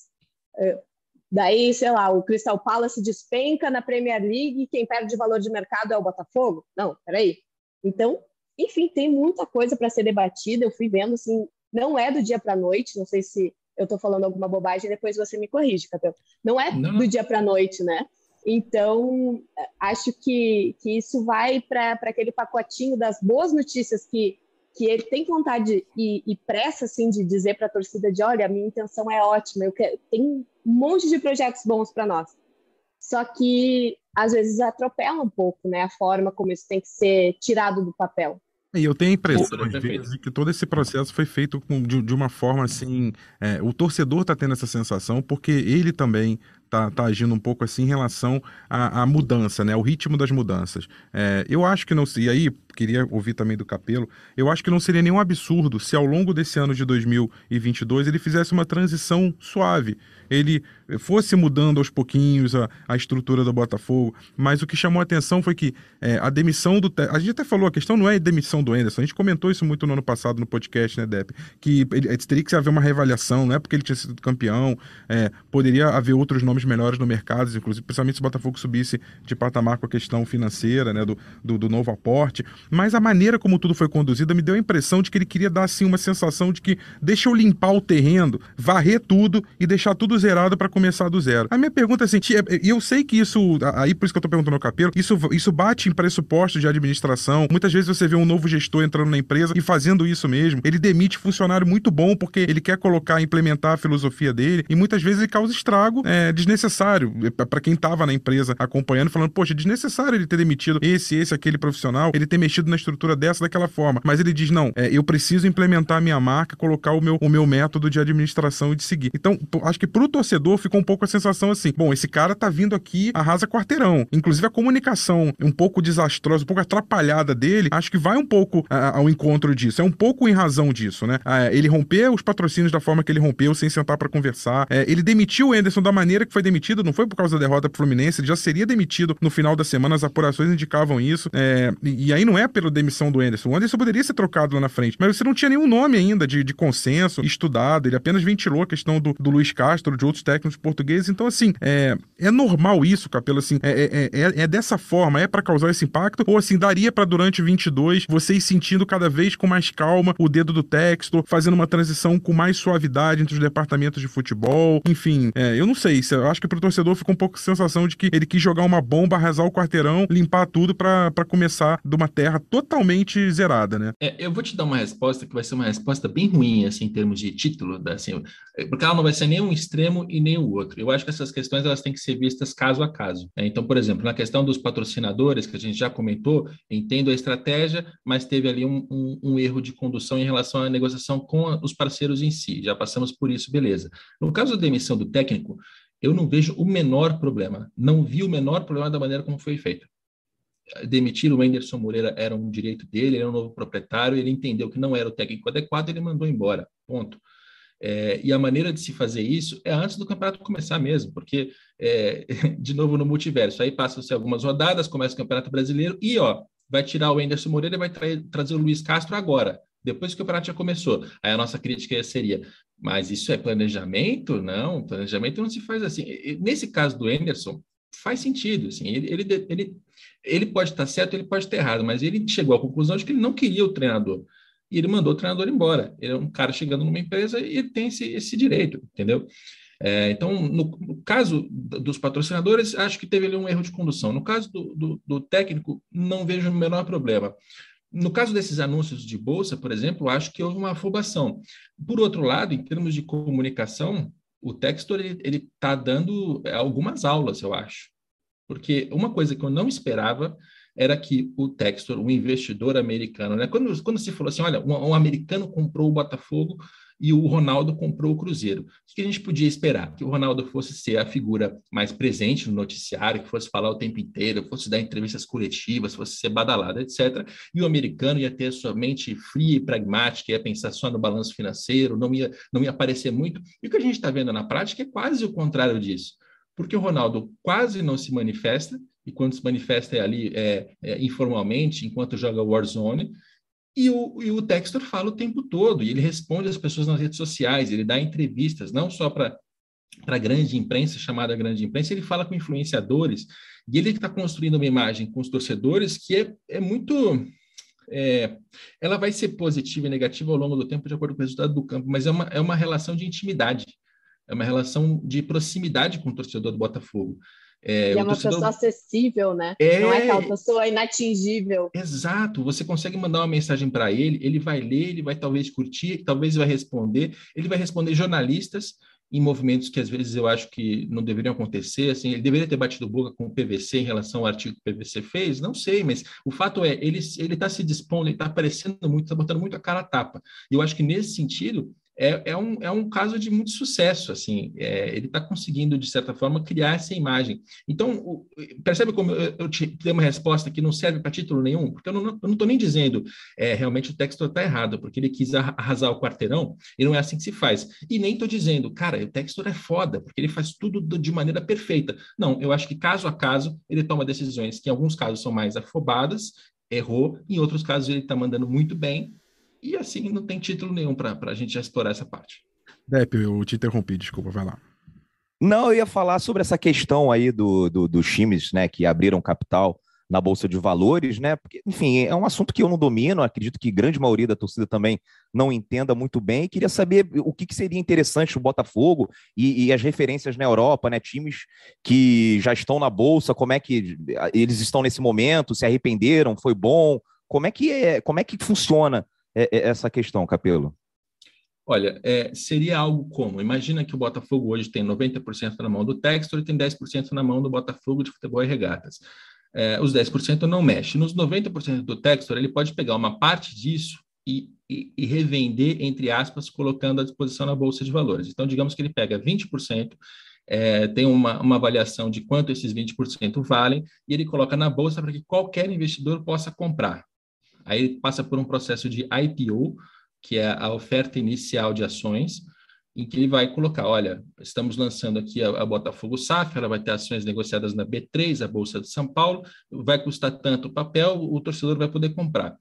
Daí, sei lá, o Crystal Palace despenca na Premier League e quem perde valor de mercado é o Botafogo? Não, peraí. Então, enfim, tem muita coisa para ser debatida, eu fui vendo, assim, não é do dia para a noite, não sei se eu estou falando alguma bobagem, depois você me corrige, Capello. Não é não. do dia para a noite, né? Então, acho que, que isso vai para aquele pacotinho das boas notícias que, que ele tem vontade e, e pressa assim, de dizer para a torcida de, olha, a minha intenção é ótima, eu quero, tem um monte de projetos bons para nós. Só que, às vezes, atropela um pouco, né, a forma como isso tem que ser tirado do papel. E eu tenho a impressão, às vezes, que todo esse processo foi feito com, de, de uma forma assim, é, o torcedor está tendo essa sensação porque ele também está tá agindo um pouco assim em relação à, à mudança, né, ao ritmo das mudanças. É, eu acho que não, e aí queria ouvir também do Capello, eu acho que não seria nenhum absurdo se ao longo desse ano de dois mil e vinte e dois ele fizesse uma transição suave, ele fosse mudando aos pouquinhos a, a estrutura do Botafogo, mas o que chamou a atenção foi que é, a demissão do... A gente até falou, a questão não é a demissão do Anderson, a gente comentou isso muito no ano passado no podcast, né, Depp, que ele, teria que haver uma reavaliação, não é porque ele tinha sido campeão, é, poderia haver outros nomes melhores no mercado, inclusive, principalmente se o Botafogo subisse de patamar com a questão financeira, né, do, do, do novo aporte, mas a maneira como tudo foi conduzido me deu a impressão de que ele queria dar, assim, uma sensação de que deixa eu limpar o terreno, varrer tudo e deixar tudo zerado para começar do zero. A minha pergunta é assim, e eu sei que isso, aí por isso que eu tô perguntando ao Capello, isso, isso bate em pressupostos de administração, muitas vezes você vê um novo gestor entrando na empresa e fazendo isso mesmo, ele demite funcionário muito bom porque ele quer colocar, implementar a filosofia dele e muitas vezes ele causa estrago é, de desnecessário para quem estava na empresa acompanhando, falando, poxa, é desnecessário ele ter demitido esse, esse, aquele profissional, ele ter mexido na estrutura dessa, daquela forma. Mas ele diz, não, é, eu preciso implementar a minha marca, colocar o meu, o meu método de administração e de seguir. Então, acho que pro torcedor ficou um pouco a sensação assim, bom, esse cara tá vindo aqui, arrasa quarteirão. Inclusive a comunicação um pouco desastrosa, um pouco atrapalhada dele, acho que vai um pouco a, ao encontro disso. É um pouco em razão disso, né? É, ele rompeu os patrocínios da forma que ele rompeu, sem sentar para conversar. É, ele demitiu o Anderson da maneira que foi demitido, não foi por causa da derrota pro Fluminense, ele já seria demitido no final da semana, as apurações indicavam isso. É, e, e aí não é pela demissão do Anderson. O Anderson poderia ser trocado lá na frente, mas você não tinha nenhum nome ainda de, de consenso, estudado, ele apenas ventilou a questão do, do Luiz Castro, de outros técnicos portugueses. Então, assim, é, é normal isso, Capelo, assim, é, é, é, é dessa forma, é para causar esse impacto, ou assim, daria para durante vinte e dois, vocês sentindo cada vez com mais calma o dedo do Textor, fazendo uma transição com mais suavidade entre os departamentos de futebol, enfim, é, eu não sei, eu acho que pro torcedor ficou um pouco a sensação de que ele quis jogar uma bomba, arrasar o quarteirão, limpar tudo para começar de uma terra totalmente zerada, né? É, eu vou te dar uma resposta que vai ser uma resposta bem ruim, assim, em termos de título, assim, porque ela não vai ser nem um extremo e nem o outro. Eu acho que essas questões elas têm que ser vistas caso a caso, né? Então, por exemplo, na questão dos patrocinadores, que a gente já comentou, entendo a estratégia, mas teve ali um, um, um erro de condução em relação à negociação com a, os parceiros em si. Já passamos por isso, beleza. No caso da demissão do técnico, eu não vejo o menor problema. Não vi o menor problema da maneira como foi feito. Demitir o Anderson Moreira era um direito dele, ele era um novo proprietário, ele entendeu que não era o técnico adequado, ele mandou embora, ponto. É, e a maneira de se fazer isso é antes do campeonato começar mesmo, porque, é, de novo, no multiverso, aí passam-se algumas rodadas, começa o Campeonato Brasileiro e, ó, vai tirar o Anderson Moreira e vai tra trazer o Luiz Castro agora, depois que o campeonato já começou. Aí a nossa crítica seria, mas isso é planejamento? Não, planejamento não se faz assim. E, nesse caso do Anderson, faz sentido, assim, ele, ele, ele, ele pode estar certo, ele pode estar errado, mas ele chegou à conclusão de que ele não queria o treinador, e ele mandou o treinador embora. Ele é um cara chegando numa empresa e ele tem esse, esse direito, entendeu? É, então, no, no caso dos patrocinadores, acho que teve ali um erro de condução. No caso do, do, do técnico, não vejo o menor problema. No caso desses anúncios de bolsa, por exemplo, acho que houve uma afobação. Por outro lado, em termos de comunicação, o Textor ele está dando algumas aulas, eu acho. Porque uma coisa que eu não esperava era que o Textor, um investidor americano, né? Quando, quando se falou assim, olha, um, um americano comprou o Botafogo e o Ronaldo comprou o Cruzeiro. O que a gente podia esperar? Que o Ronaldo fosse ser a figura mais presente no noticiário, que fosse falar o tempo inteiro, fosse dar entrevistas coletivas, fosse ser badalado, etcétera. E o americano ia ter a sua mente fria e pragmática, ia pensar só no balanço financeiro, não ia, não ia aparecer muito. E o que a gente está vendo na prática é quase o contrário disso. Porque o Ronaldo quase não se manifesta, e quando se manifesta é ali é, é, informalmente, enquanto joga Warzone, e o, e o Textor fala o tempo todo, e ele responde às pessoas nas redes sociais, ele dá entrevistas, não só para a grande imprensa, chamada grande imprensa, ele fala com influenciadores, e ele está construindo uma imagem com os torcedores que é, é muito... É, ela vai ser positiva e negativa ao longo do tempo, de acordo com o resultado do campo, mas é uma, é uma relação de intimidade, é uma relação de proximidade com o torcedor do Botafogo. É, e é uma torcedor... pessoa acessível, né? É... Não é aquela pessoa inatingível. Exato. Você consegue mandar uma mensagem para ele, ele vai ler, ele vai talvez curtir, talvez vai responder. Ele vai responder jornalistas em movimentos que às vezes eu acho que não deveriam acontecer. Assim, ele deveria ter batido boca com o P V C em relação ao artigo que o P V C fez, não sei, mas o fato é, ele está se dispondo, ele está aparecendo muito, está botando muito a cara a tapa. E eu acho que nesse sentido... É, é, um, é um caso de muito sucesso, assim, é, ele está conseguindo, de certa forma, criar essa imagem. Então, o, percebe como eu, eu te dei uma resposta que não serve para título nenhum? Porque eu não estou nem dizendo, é, realmente o Textor está errado, porque ele quis arrasar o quarteirão, e não é assim que se faz. E nem estou dizendo, cara, o Textor é foda, porque ele faz tudo de maneira perfeita. Não, eu acho que caso a caso, ele toma decisões que em alguns casos são mais afobadas, errou, em outros casos ele está mandando muito bem, e assim não tem título nenhum para a gente já explorar essa parte. Depp, eu te interrompi, desculpa, vai lá. Não, eu ia falar sobre essa questão aí do, do, dos times, né, que abriram capital na Bolsa de Valores, né? Porque, enfim, é um assunto que eu não domino, acredito que grande maioria da torcida também não entenda muito bem, e queria saber o que, que seria interessante o Botafogo e, e as referências na Europa, né? Times que já estão na Bolsa, como é que eles estão nesse momento, se arrependeram, foi bom, como é que, é, como é que funciona essa questão, Capelo? Olha, é, seria algo como, imagina que o Botafogo hoje tem noventa por cento na mão do Textor e tem dez por cento na mão do Botafogo de Futebol e Regatas. É, os dez por cento não mexe. Nos noventa por cento do Textor, ele pode pegar uma parte disso e, e, e revender, entre aspas, colocando à disposição na Bolsa de Valores. Então, digamos que ele pega vinte por cento, é, tem uma, uma avaliação de quanto esses vinte por cento valem, e ele coloca na Bolsa para que qualquer investidor possa comprar. Aí ele passa por um processo de I P O, que é a oferta inicial de ações, em que ele vai colocar, olha, estamos lançando aqui a, a Botafogo S A F, ela vai ter ações negociadas na B três, a Bolsa de São Paulo, vai custar tanto o papel, o torcedor vai poder comprar.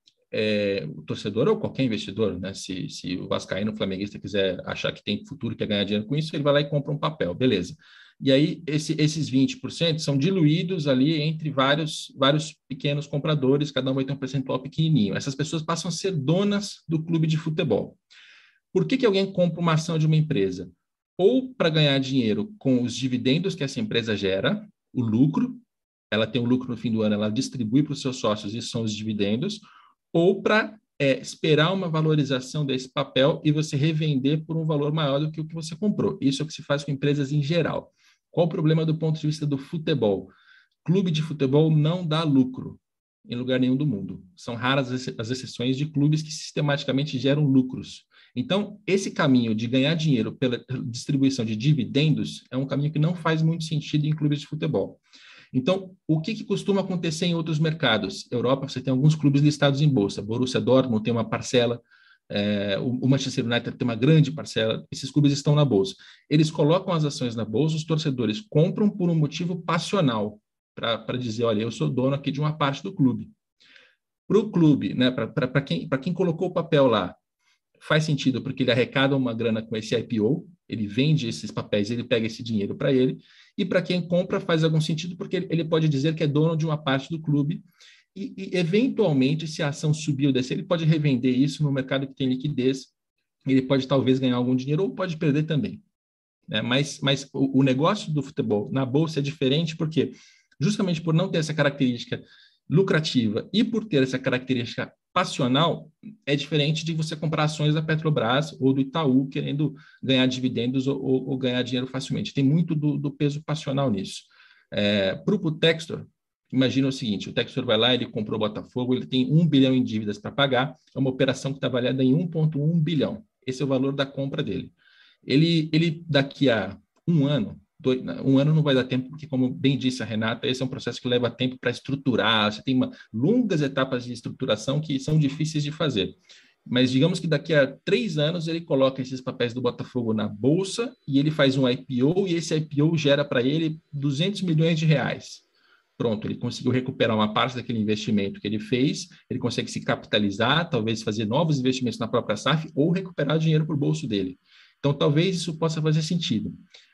É, o torcedor ou qualquer investidor, né? Se, se o vascaíno, o flamenguista quiser achar que tem futuro, quer ganhar dinheiro com isso, ele vai lá e compra um papel, beleza. E aí, esse, esses vinte por cento são diluídos ali entre vários, vários pequenos compradores, cada um vai ter um percentual pequenininho. Essas pessoas passam a ser donas do clube de futebol. Por que que alguém compra uma ação de uma empresa? Ou para ganhar dinheiro com os dividendos que essa empresa gera, o lucro, ela tem um lucro no fim do ano, ela distribui para os seus sócios, isso são os dividendos, ou para é, esperar uma valorização desse papel e você revender por um valor maior do que o que você comprou. Isso é o que se faz com empresas em geral. Qual o problema do ponto de vista do futebol? Clube de futebol não dá lucro em lugar nenhum do mundo. São raras as exceções de clubes que sistematicamente geram lucros. Então, esse caminho de ganhar dinheiro pela distribuição de dividendos é um caminho que não faz muito sentido em clubes de futebol. Então, o que, que costuma acontecer em outros mercados? Europa, você tem alguns clubes listados em bolsa. Borussia Dortmund tem uma parcela, é, o Manchester United tem uma grande parcela. Esses clubes estão na bolsa. Eles colocam as ações na bolsa, os torcedores compram por um motivo passional, para dizer, olha, eu sou dono aqui de uma parte do clube. Para o clube, né, para quem, para quem colocou o papel lá, faz sentido porque ele arrecada uma grana com esse I P O, ele vende esses papéis, ele pega esse dinheiro para ele, e para quem compra faz algum sentido porque ele pode dizer que é dono de uma parte do clube e, e eventualmente, se a ação subir ou descer, ele pode revender isso no mercado que tem liquidez, ele pode talvez ganhar algum dinheiro ou pode perder também. Né? Mas, mas o, o negócio do futebol na bolsa é diferente porque, justamente por não ter essa característica lucrativa e por ter essa característica passional, é diferente de você comprar ações da Petrobras ou do Itaú querendo ganhar dividendos ou, ou, ou ganhar dinheiro facilmente. Tem muito do, do peso passional nisso. É, para o Textor, imagina o seguinte, o Textor vai lá, ele comprou o Botafogo, ele tem um bilhão em dívidas para pagar, é uma operação que está avaliada em um vírgula um bilhão. Esse é o valor da compra dele. Ele, ele daqui a um ano, Dois, um ano não vai dar tempo, porque, como bem disse a Renata, esse é um processo que leva tempo para estruturar, você tem uma, longas etapas de estruturação que são difíceis de fazer. Mas digamos que daqui a três anos ele coloca esses papéis do Botafogo na Bolsa e ele faz um I P O e esse I P O gera para ele duzentos milhões de reais. Pronto, ele conseguiu recuperar uma parte daquele investimento que ele fez, ele consegue se capitalizar, talvez fazer novos investimentos na própria S A F ou recuperar dinheiro para o bolso dele. Então, talvez isso possa fazer sentido.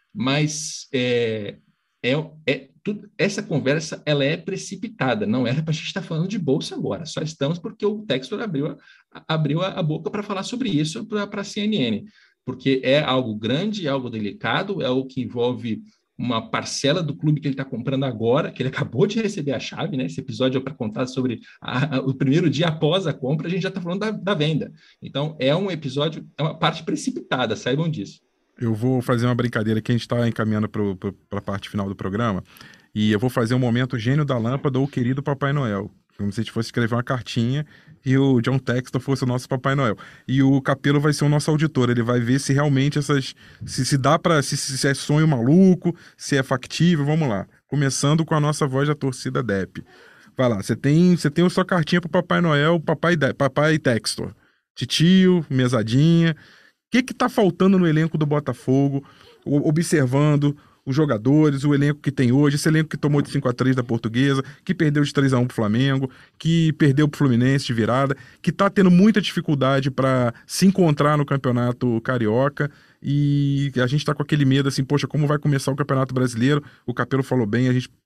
Mas é, é, é, tudo, essa conversa ela é precipitada, não era para a gente estar falando de bolsa agora, só estamos porque o Textor abriu a, abriu a boca para falar sobre isso para a C N N, porque é algo grande, é algo delicado, é algo que envolve uma parcela do clube que ele está comprando agora, que ele acabou de receber a chave, né? Esse episódio é para contar sobre a, a, o primeiro dia após a compra, a gente já está falando da, da venda. Então, é um episódio, é uma parte precipitada, saibam disso. Eu vou fazer uma brincadeira que a gente está encaminhando para a parte final do programa e eu vou fazer um momento gênio da lâmpada ou querido Papai Noel. Como se a gente fosse escrever uma cartinha e o John Textor fosse o nosso Papai Noel. E o Capello vai ser o nosso auditor, ele vai ver se realmente essas... Se, se dá para... Se, se é sonho maluco, se é factível, vamos lá. Começando com a nossa voz da torcida D E P. Vai lá, você tem, você tem a sua cartinha para o Papai Noel, Papai, De, Papai Textor. Titio, mesadinha... O que que tá faltando no elenco do Botafogo, observando os jogadores, o elenco que tem hoje, esse elenco que tomou de cinco a três da Portuguesa, que perdeu de três a um pro Flamengo, que perdeu pro Fluminense de virada, que tá tendo muita dificuldade para se encontrar no Campeonato Carioca e a gente tá com aquele medo assim, poxa, como vai começar o Campeonato Brasileiro? O Capello falou bem, a gente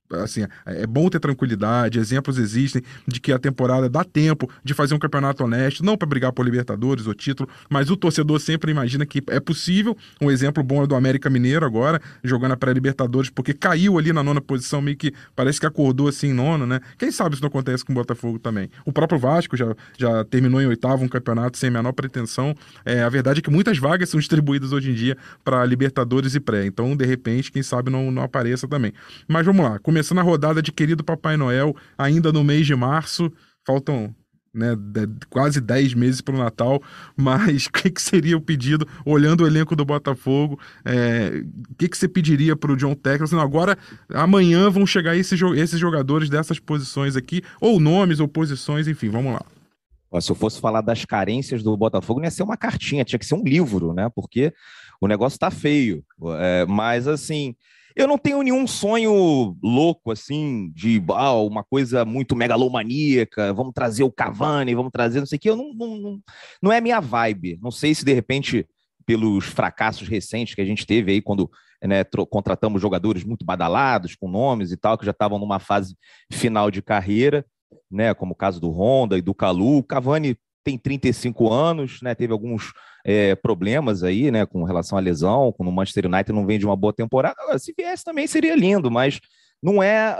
assim, é bom ter tranquilidade, exemplos existem de que a temporada dá tempo de fazer um campeonato honesto, não para brigar por Libertadores ou título, mas o torcedor sempre imagina que é possível. Um exemplo bom é do América Mineiro agora, jogando a pré-Libertadores, porque caiu ali na nona posição, meio que parece que acordou assim em nono, né? Quem sabe isso não acontece com o Botafogo também. O próprio Vasco já, já terminou em oitavo um campeonato sem a menor pretensão. É, a verdade é que muitas vagas são distribuídas hoje em dia para Libertadores e pré, então de repente, quem sabe não, não apareça também. Mas vamos lá, começando a rodada de Querido Papai Noel, ainda no mês de março, faltam, né, de, quase dez meses para o Natal, mas o que, que seria o pedido, olhando o elenco do Botafogo, é, o que, que você pediria para o John Textor? Não, agora, amanhã vão chegar esses, esses jogadores dessas posições aqui, ou nomes, ou posições, enfim, vamos lá. Se eu fosse falar das carências do Botafogo, não ia ser uma cartinha, tinha que ser um livro, né? Porque o negócio tá feio. É, mas, assim, eu não tenho nenhum sonho louco, assim, de ah, uma coisa muito megalomaníaca, vamos trazer o Cavani, vamos trazer não sei o quê. Eu não, não, não é minha vibe. Não sei se, de repente, pelos fracassos recentes que a gente teve aí, quando né, contratamos jogadores muito badalados, com nomes e tal, que já estavam numa fase final de carreira, né, como o caso do Honda e do Calu. O Cavani tem trinta e cinco anos, né, teve alguns é, problemas aí, né, com relação à lesão, com o Manchester United não vem de uma boa temporada. Agora, se viesse também seria lindo, mas não é,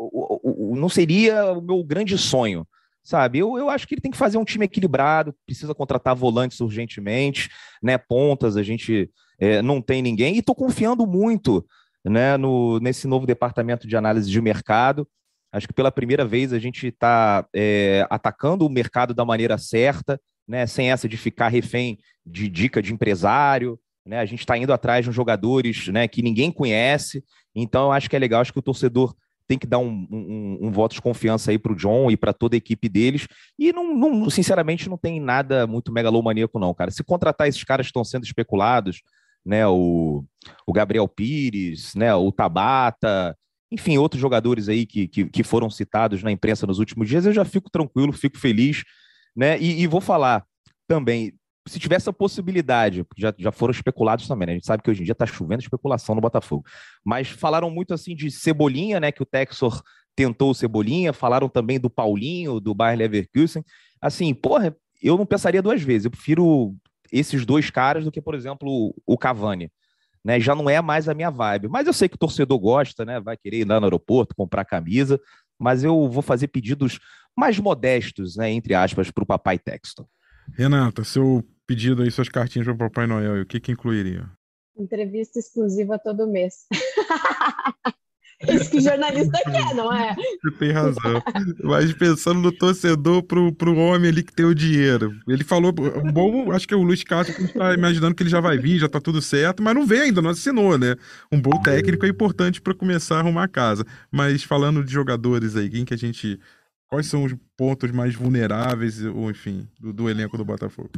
não seria o meu grande sonho, sabe? Eu, eu acho que ele tem que fazer um time equilibrado, precisa contratar volantes urgentemente, né, pontas, a gente é, não tem ninguém, e estou confiando muito, né, no, nesse novo departamento de análise de mercado. Acho que pela primeira vez a gente está é, atacando o mercado da maneira certa, né, sem essa de ficar refém de dica de empresário, né, a gente está indo atrás de uns jogadores, né, que ninguém conhece. Então eu acho que é legal, acho que o torcedor tem que dar um, um, um voto de confiança aí para o John e para toda a equipe deles, e não, não, sinceramente não tem nada muito megalomaníaco não, cara. Se contratar esses caras que estão sendo especulados, né, o, o Gabriel Pires, né, o Tabata, enfim, outros jogadores aí que, que, que foram citados na imprensa nos últimos dias, eu já fico tranquilo, fico feliz, né? E, e vou falar também, se tivesse a possibilidade, porque já, já foram especulados também, né? A gente sabe que hoje em dia está chovendo especulação no Botafogo, mas falaram muito assim de Cebolinha, né? Que o Textor tentou o Cebolinha, falaram também do Paulinho, do Bayer Leverkusen. Assim, porra, eu não pensaria duas vezes, eu prefiro esses dois caras do que, por exemplo, o Cavani. Né, já não é mais a minha vibe, mas eu sei que o torcedor gosta, né, vai querer ir lá no aeroporto, comprar camisa, mas eu vou fazer pedidos mais modestos, né, entre aspas, para o Papai Textor. Renata, seu pedido aí, suas cartinhas para o Papai Noel, o que que incluiria? Entrevista exclusiva todo mês. Isso que jornalista quer, não é? Você tem razão. Mas pensando no torcedor pro, pro homem ali que tem o dinheiro. Ele falou, um bom, acho que é o Luiz Castro que está imaginando que ele já vai vir, já tá tudo certo, mas não vem ainda, não assinou, né? Um bom técnico é importante para começar a arrumar a casa. Mas falando de jogadores aí, quem que a gente... Quais são os pontos mais vulneráveis, ou enfim, do, do elenco do Botafogo?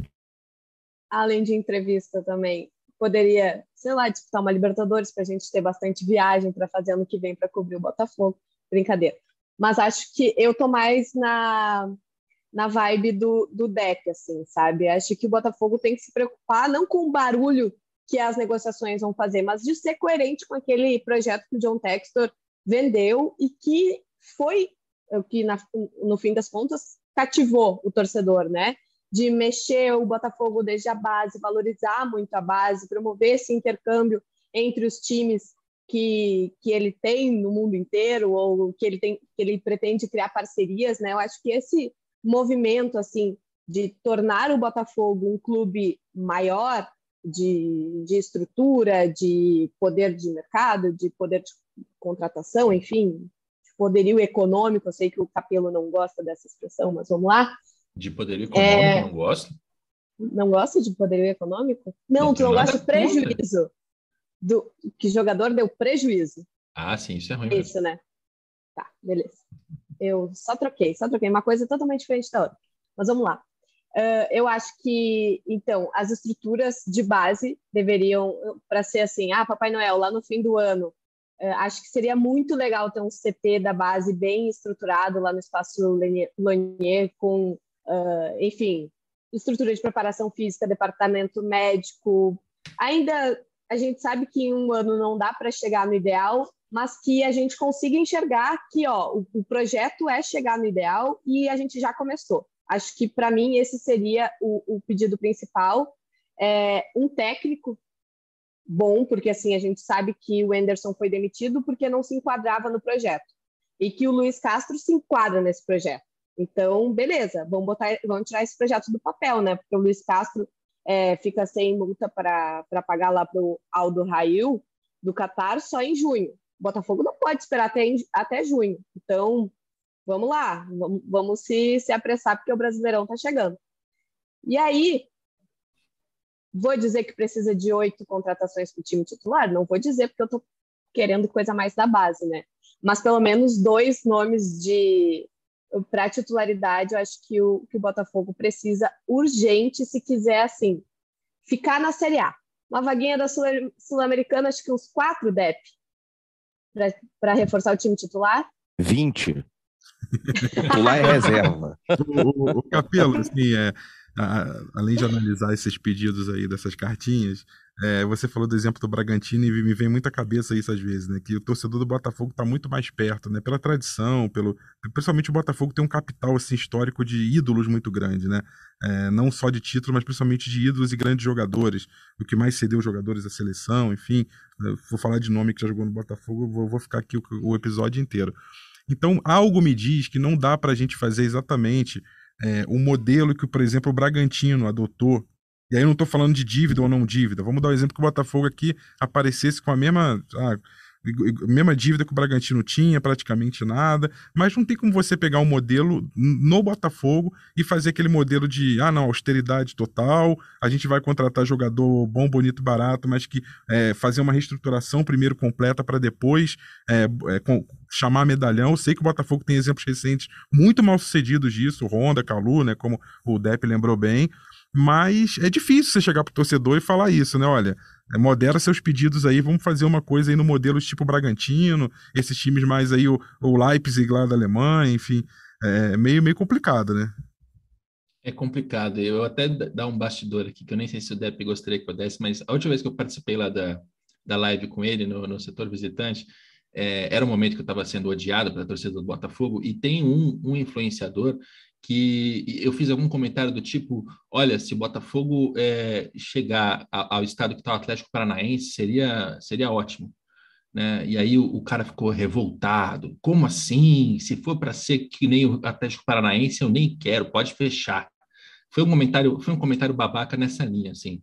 Além de entrevista também, poderia, sei lá, disputar uma Libertadores para a gente ter bastante viagem para fazer ano que vem para cobrir o Botafogo. Brincadeira. Mas acho que eu tô mais na, na vibe do, do deck, assim, sabe? Acho que o Botafogo tem que se preocupar não com o barulho que as negociações vão fazer, mas de ser coerente com aquele projeto que o John Textor vendeu e que foi, que na, no fim das contas, cativou o torcedor, né? De mexer o Botafogo desde a base, valorizar muito a base, promover esse intercâmbio entre os times que, que ele tem no mundo inteiro, ou que ele, tem, que ele pretende criar parcerias, né? Eu acho que esse movimento, assim, de tornar o Botafogo um clube maior de, de estrutura, de poder de mercado, de poder de contratação, enfim, de poderio econômico, eu sei que o Capello não gosta dessa expressão, mas vamos lá. De poderio econômico, é... não gosto. Não gosta de poderio econômico? Não, não tu não gosta de prejuízo. Do, que jogador deu prejuízo. Ah, sim, isso é ruim. Isso, mesmo. Né? Tá, beleza. Eu só troquei, só troquei. Uma coisa totalmente diferente da outra. Mas vamos lá. Uh, eu acho que, então, as estruturas de base deveriam, para ser assim, ah, Papai Noel, lá no fim do ano, uh, acho que seria muito legal ter um C T da base bem estruturado lá no Espaço Lonier, com Uh, enfim, estrutura de preparação física, departamento médico. Ainda a gente sabe que em um ano não dá para chegar no ideal, mas que a gente consiga enxergar que ó, o, o projeto é chegar no ideal e a gente já começou. Acho que, para mim, esse seria o, o pedido principal. É, um técnico bom, porque assim a gente sabe que o Anderson foi demitido porque não se enquadrava no projeto e que o Luiz Castro se enquadra nesse projeto. Então, beleza, vamos, botar, vamos tirar esse projeto do papel, né? Porque o Luiz Castro é, fica sem multa para pagar lá para o Aldo Rail do Qatar só em junho. O Botafogo não pode esperar até, até junho. Então, vamos lá, vamos, vamos se, se apressar porque o Brasileirão está chegando. E aí, vou dizer que precisa de oito contratações para o time titular? Não vou dizer, porque eu estou querendo coisa mais da base, né? Mas pelo menos dois nomes de para titularidade, eu acho que o, que o Botafogo precisa urgente, se quiser, assim, ficar na Série A. Uma vaguinha da Sul- Sul-Americana, acho que uns quatro, Depp, para reforçar o time titular. vinte. Titular é reserva. O, o, o Capelo, assim, é, a, além de analisar esses pedidos aí dessas cartinhas, é, você falou do exemplo do Bragantino e me vem muita cabeça isso às vezes, né? Que o torcedor do Botafogo está muito mais perto, né? Pela tradição, pelo, principalmente o Botafogo tem um capital assim, histórico de ídolos muito grande, né? É, não só de título, mas principalmente de ídolos e grandes jogadores, o que mais cedeu jogadores da seleção, enfim. Vou falar de nome que já jogou no Botafogo, vou, vou ficar aqui o, o episódio inteiro. Então, algo me diz que não dá para a gente fazer exatamente é, o modelo que, por exemplo, o Bragantino adotou. E aí eu não estou falando de dívida ou não dívida. Vamos dar o exemplo que o Botafogo aqui aparecesse com a mesma, ah, mesma dívida que o Bragantino tinha, praticamente nada. Mas não tem como você pegar um modelo no Botafogo e fazer aquele modelo de, ah, não, austeridade total, a gente vai contratar jogador bom, bonito, barato, mas que é, fazer uma reestruturação primeiro completa para depois é, é, com, chamar medalhão. Eu sei que o Botafogo tem exemplos recentes muito mal sucedidos disso, Honda, Calu, né, como o Depp lembrou bem. Mas é difícil você chegar pro torcedor e falar isso, né? Olha, modera seus pedidos aí, vamos fazer uma coisa aí no modelo tipo Bragantino, esses times mais aí, o, o Leipzig lá da Alemanha, enfim, é meio, meio complicado, né? É complicado. Eu até dar um bastidor aqui, que eu nem sei se o Depp gostaria que eu desse, mas a última vez que eu participei lá da, da live com ele, no, no setor visitante, é, era um momento que eu estava sendo odiado pela torcida do Botafogo, e tem um, um influenciador que eu fiz algum comentário do tipo, olha, se o Botafogo é, chegar ao, ao estado que está o Atlético Paranaense, seria, seria ótimo. Né? E aí o, o cara ficou revoltado. Como assim? Se for para ser que nem o Atlético Paranaense, eu nem quero, pode fechar. Foi um comentário, foi um comentário babaca nessa linha, assim.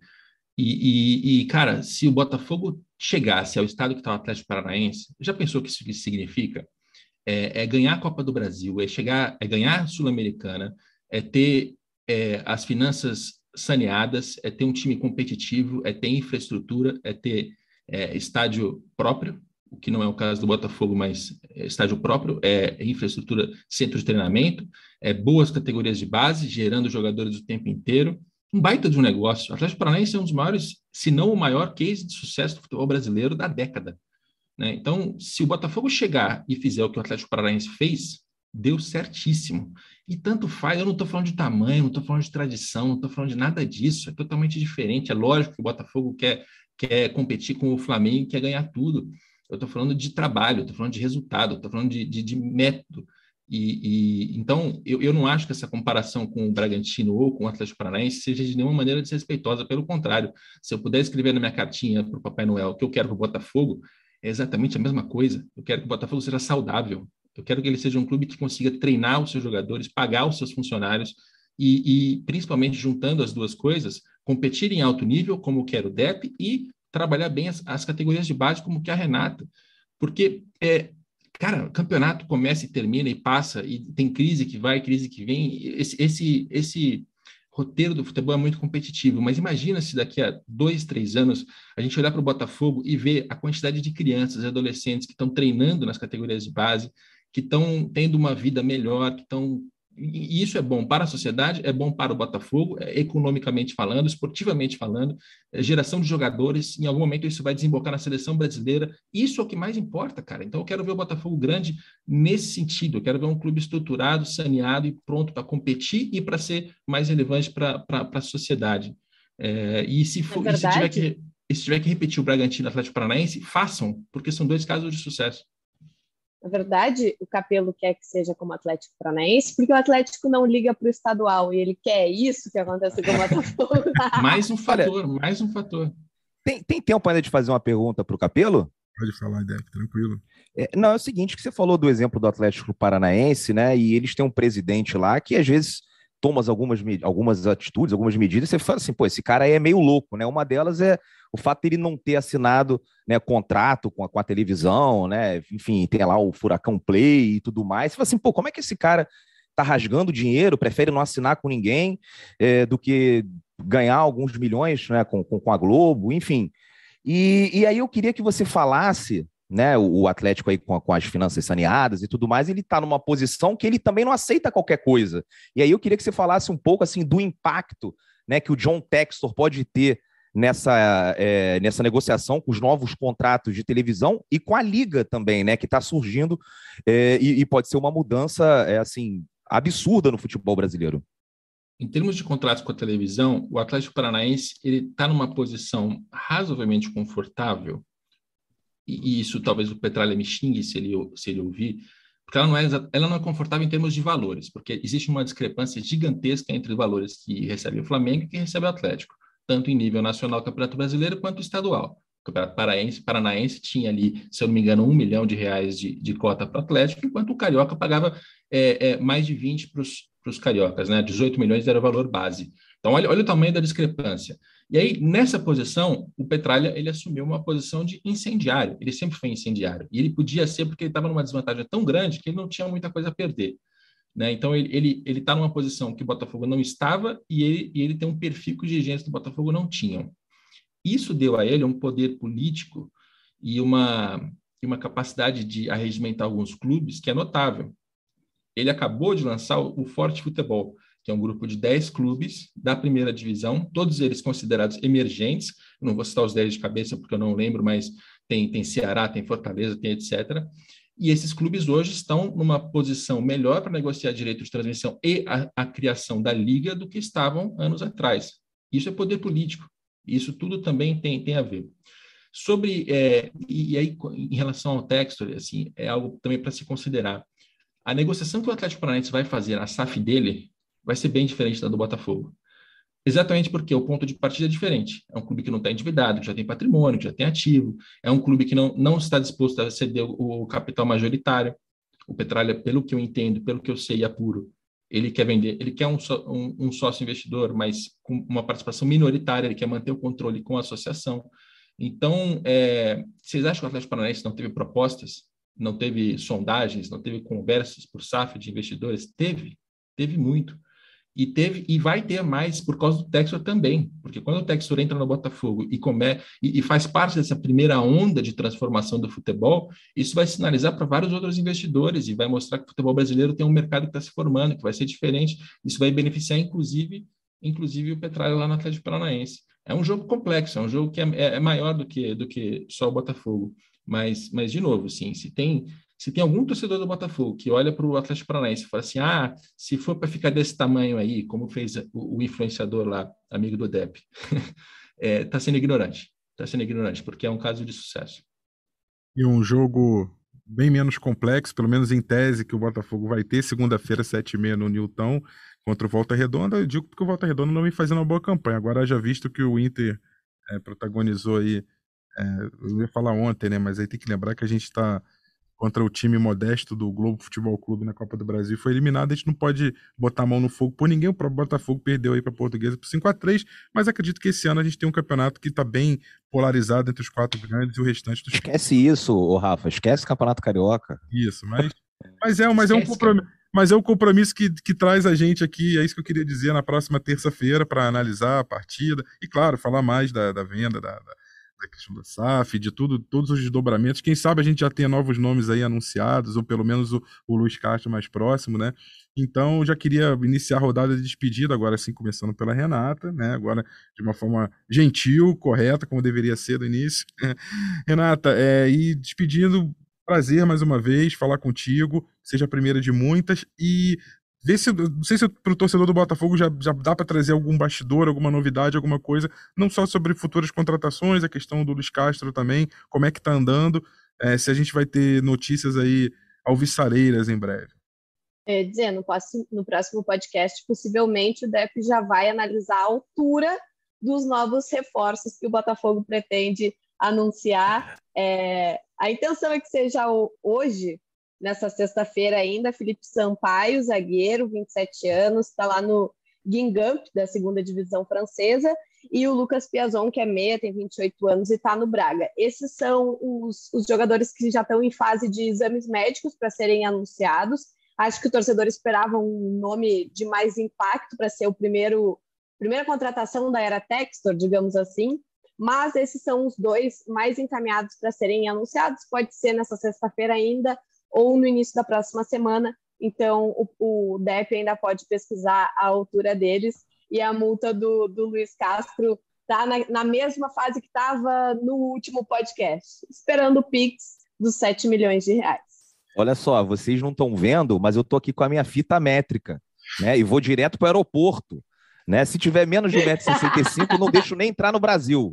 E, e, e cara, se o Botafogo chegasse ao estado que está o Atlético Paranaense, já pensou o que isso significa? É, é ganhar a Copa do Brasil, é chegar, é ganhar a Sul-Americana, é ter é, as finanças saneadas, é ter um time competitivo, é ter infraestrutura, é ter é, estádio próprio, o que não é o caso do Botafogo, mas é estádio próprio, é infraestrutura, centro de treinamento, é boas categorias de base, gerando jogadores o tempo inteiro. Um baita de um negócio. O Atlético Paranaense é um dos maiores, se não o maior case de sucesso do futebol brasileiro da década. Né? Então, se o Botafogo chegar e fizer o que o Atlético Paranaense fez, deu certíssimo. E tanto faz, eu não estou falando de tamanho, não estou falando de tradição, não estou falando de nada disso, é totalmente diferente. É lógico que o Botafogo quer, quer competir com o Flamengo, quer ganhar tudo. Eu estou falando de trabalho, estou falando de resultado, estou falando de, de, de método. E, e, então, eu, eu não acho que essa comparação com o Bragantino ou com o Atlético Paranaense seja de nenhuma maneira desrespeitosa, pelo contrário. Se eu puder escrever na minha cartinha para o Papai Noel que eu quero para o Botafogo, é exatamente a mesma coisa. Eu quero que o Botafogo seja saudável. Eu quero que ele seja um clube que consiga treinar os seus jogadores, pagar os seus funcionários e, e principalmente juntando as duas coisas, competir em alto nível, como quer o Depp, e trabalhar bem as, as categorias de base, como que a Renata. Porque, é, cara, o campeonato começa e termina e passa, e tem crise que vai, crise que vem. Esse, esse, esse roteiro do futebol é muito competitivo, mas imagina se daqui a dois, três anos a gente olhar para o Botafogo e ver a quantidade de crianças e adolescentes que estão treinando nas categorias de base, que estão tendo uma vida melhor, que estão... E isso é bom para a sociedade, é bom para o Botafogo, é, economicamente falando, esportivamente falando, é, geração de jogadores, em algum momento isso vai desembocar na seleção brasileira, isso é o que mais importa, cara. Então eu quero ver o Botafogo grande nesse sentido, eu quero ver um clube estruturado, saneado e pronto para competir e para ser mais relevante para a sociedade. É, e se, for, é e se tiver que... e se tiver que repetir o Bragantino e o Atlético Paranaense, façam, porque são dois casos de sucesso. Na verdade, o Capello quer que seja como Atlético Paranaense, porque o Atlético não liga para o estadual, e ele quer isso que acontece com o Botafogo. Mais um fator, Olha, mais um fator. Tem, tem tempo ainda de fazer uma pergunta para o Capello? Pode falar, Depp, tranquilo. É, não, é o seguinte, que você falou do exemplo do Atlético Paranaense, né, e eles têm um presidente lá que às vezes toma algumas, algumas atitudes, algumas medidas, e você fala assim, pô, esse cara aí é meio louco, né? Uma delas é o fato de ele não ter assinado, né, contrato com a, com a televisão, né? Enfim, tem lá o Furacão Play e tudo mais. Você fala assim, pô, como é que esse cara tá rasgando dinheiro, prefere não assinar com ninguém é, do que ganhar alguns milhões, né, com, com, com a Globo, enfim. E, e aí eu queria que você falasse, né, o, o Atlético aí com, com as finanças saneadas e tudo mais, ele está numa posição que ele também não aceita qualquer coisa. E aí eu queria que você falasse um pouco assim do impacto, né, que o John Textor pode ter nessa, é, nessa negociação com os novos contratos de televisão e com a Liga também, né, que está surgindo é, e, e pode ser uma mudança é, assim, absurda no futebol brasileiro. Em termos de contratos com a televisão, o Atlético Paranaense ele está numa posição razoavelmente confortável, e, e isso talvez o Petralha me xingue se ele, se ele ouvir, porque ela não, é, ela não é confortável em termos de valores, porque existe uma discrepância gigantesca entre os valores que recebe o Flamengo e que recebe o Atlético, tanto em nível nacional, Campeonato Brasileiro, quanto estadual. O Campeonato Paraense, Paranaense tinha ali, se eu não me engano, um milhão de reais de, de cota para o Atlético, enquanto o Carioca pagava é, é, mais de vinte para os cariocas, né? dezoito milhões era o valor base. Então, olha, olha o tamanho da discrepância. E aí, nessa posição, o Petralha, ele assumiu uma posição de incendiário. Ele sempre foi incendiário. E ele podia ser porque ele estava numa desvantagem tão grande que ele não tinha muita coisa a perder. Né? Então, ele ele ele está numa posição que o Botafogo não estava e ele, e ele tem um perfil que os dirigentes do Botafogo não tinham. Isso deu a ele um poder político e uma, e uma capacidade de arregimentar alguns clubes que é notável. Ele acabou de lançar o Forte Futebol, que é um grupo de dez clubes da primeira divisão, todos eles considerados emergentes. Eu não vou citar os dez de cabeça porque eu não lembro, mas tem, tem Ceará, tem Fortaleza, tem etcétera. E esses clubes hoje estão numa posição melhor para negociar direito de transmissão e a, a criação da liga do que estavam anos atrás. Isso é poder político. Isso tudo também tem, tem a ver. Sobre, é, e, e aí, em relação ao Textor, assim, é algo também para se considerar. A negociação que o Atlético Paranaense vai fazer, a S A F dele, vai ser bem diferente da do Botafogo. Exatamente porque o ponto de partida é diferente. É um clube que não está endividado, que já tem patrimônio, que já tem ativo. É um clube que não, não está disposto a ceder o, o capital majoritário. O Petralha, pelo que eu entendo, pelo que eu sei e apuro, ele quer vender, ele quer um, só, um, um sócio investidor, mas com uma participação minoritária, ele quer manter o controle com a associação. Então, é, vocês acham que o Atlético Paranaense não teve propostas, não teve sondagens, não teve conversas por S A F de investidores? Teve, teve muito. E teve e vai ter mais por causa do Textor também, porque quando o Textor entra no Botafogo e, come, e, e faz parte dessa primeira onda de transformação do futebol, isso vai sinalizar para vários outros investidores e vai mostrar que o futebol brasileiro tem um mercado que está se formando, que vai ser diferente. Isso vai beneficiar, inclusive, inclusive o Petralha lá no Atlético Paranaense. É um jogo complexo, é um jogo que é, é maior do que, do que só o Botafogo. Mas, mas de novo, sim, se tem... Se tem algum torcedor do Botafogo que olha para o Atlético Paranaense e fala assim, ah, se for para ficar desse tamanho aí, como fez o, o influenciador lá, amigo do Depp, está é, tá sendo ignorante. Está sendo ignorante, porque é um caso de sucesso. E um jogo bem menos complexo, pelo menos em tese, que o Botafogo vai ter segunda-feira, sete e meia, no Newton, contra o Volta Redonda. Eu digo porque o Volta Redonda não vem fazendo uma boa campanha. Agora, já visto que o Inter é, protagonizou aí, é, eu ia falar ontem, né, mas aí tem que lembrar que a gente está contra o time modesto do Globo Futebol Clube na Copa do Brasil, foi eliminado. A gente não pode botar a mão no fogo por ninguém. O próprio Botafogo perdeu aí para a Portuguesa por cinco a três, mas acredito que esse ano a gente tem um campeonato que está bem polarizado entre os quatro grandes e o restante dos... Esquece isso, ô Rafa, esquece o Campeonato Carioca. Isso, mas, mas, é, mas, é, um compromisso, mas é um compromisso que, que traz a gente aqui, é isso que eu queria dizer, na próxima terça-feira, para analisar a partida e, claro, falar mais da, da venda, da, da da questão da S A F, de tudo, todos os desdobramentos. Quem sabe a gente já tenha novos nomes aí anunciados, ou pelo menos o, o Luiz Castro mais próximo, né? Então, já queria iniciar a rodada de despedida, agora sim, começando pela Renata, né? Agora de uma forma gentil, correta, como deveria ser do início. Renata, é, e despedindo, prazer mais uma vez falar contigo, seja a primeira de muitas, e Vê se, não sei se para o torcedor do Botafogo já, já dá para trazer algum bastidor, alguma novidade, alguma coisa, não só sobre futuras contratações, a questão do Luiz Castro também, como é que tá andando, é, se a gente vai ter notícias aí alvissareiras em breve. É, dizer, no, no próximo podcast, possivelmente o D E P já vai analisar a altura dos novos reforços que o Botafogo pretende anunciar. É, a intenção é que seja hoje, nessa sexta-feira ainda, Felipe Sampaio, zagueiro, vinte e sete anos, está lá no Guingamp, da segunda divisão francesa, e o Lucas Piazon, que é meia, tem vinte e oito anos e está no Braga. Esses são os, os jogadores que já estão em fase de exames médicos para serem anunciados. Acho que o torcedor esperava um nome de mais impacto para ser o primeiro primeira contratação da era Textor, digamos assim, mas esses são os dois mais encaminhados para serem anunciados. Pode ser nessa sexta-feira ainda, ou no início da próxima semana, então o, o D E P ainda pode pesquisar a altura deles, e a multa do, do Luiz Castro está na, na mesma fase que estava no último podcast, esperando o Pix dos sete milhões de reais. Olha só, vocês não estão vendo, mas eu estou aqui com a minha fita métrica, né, e vou direto para o aeroporto, né? Se tiver menos de um metro e sessenta e cinco, não deixo nem entrar no Brasil.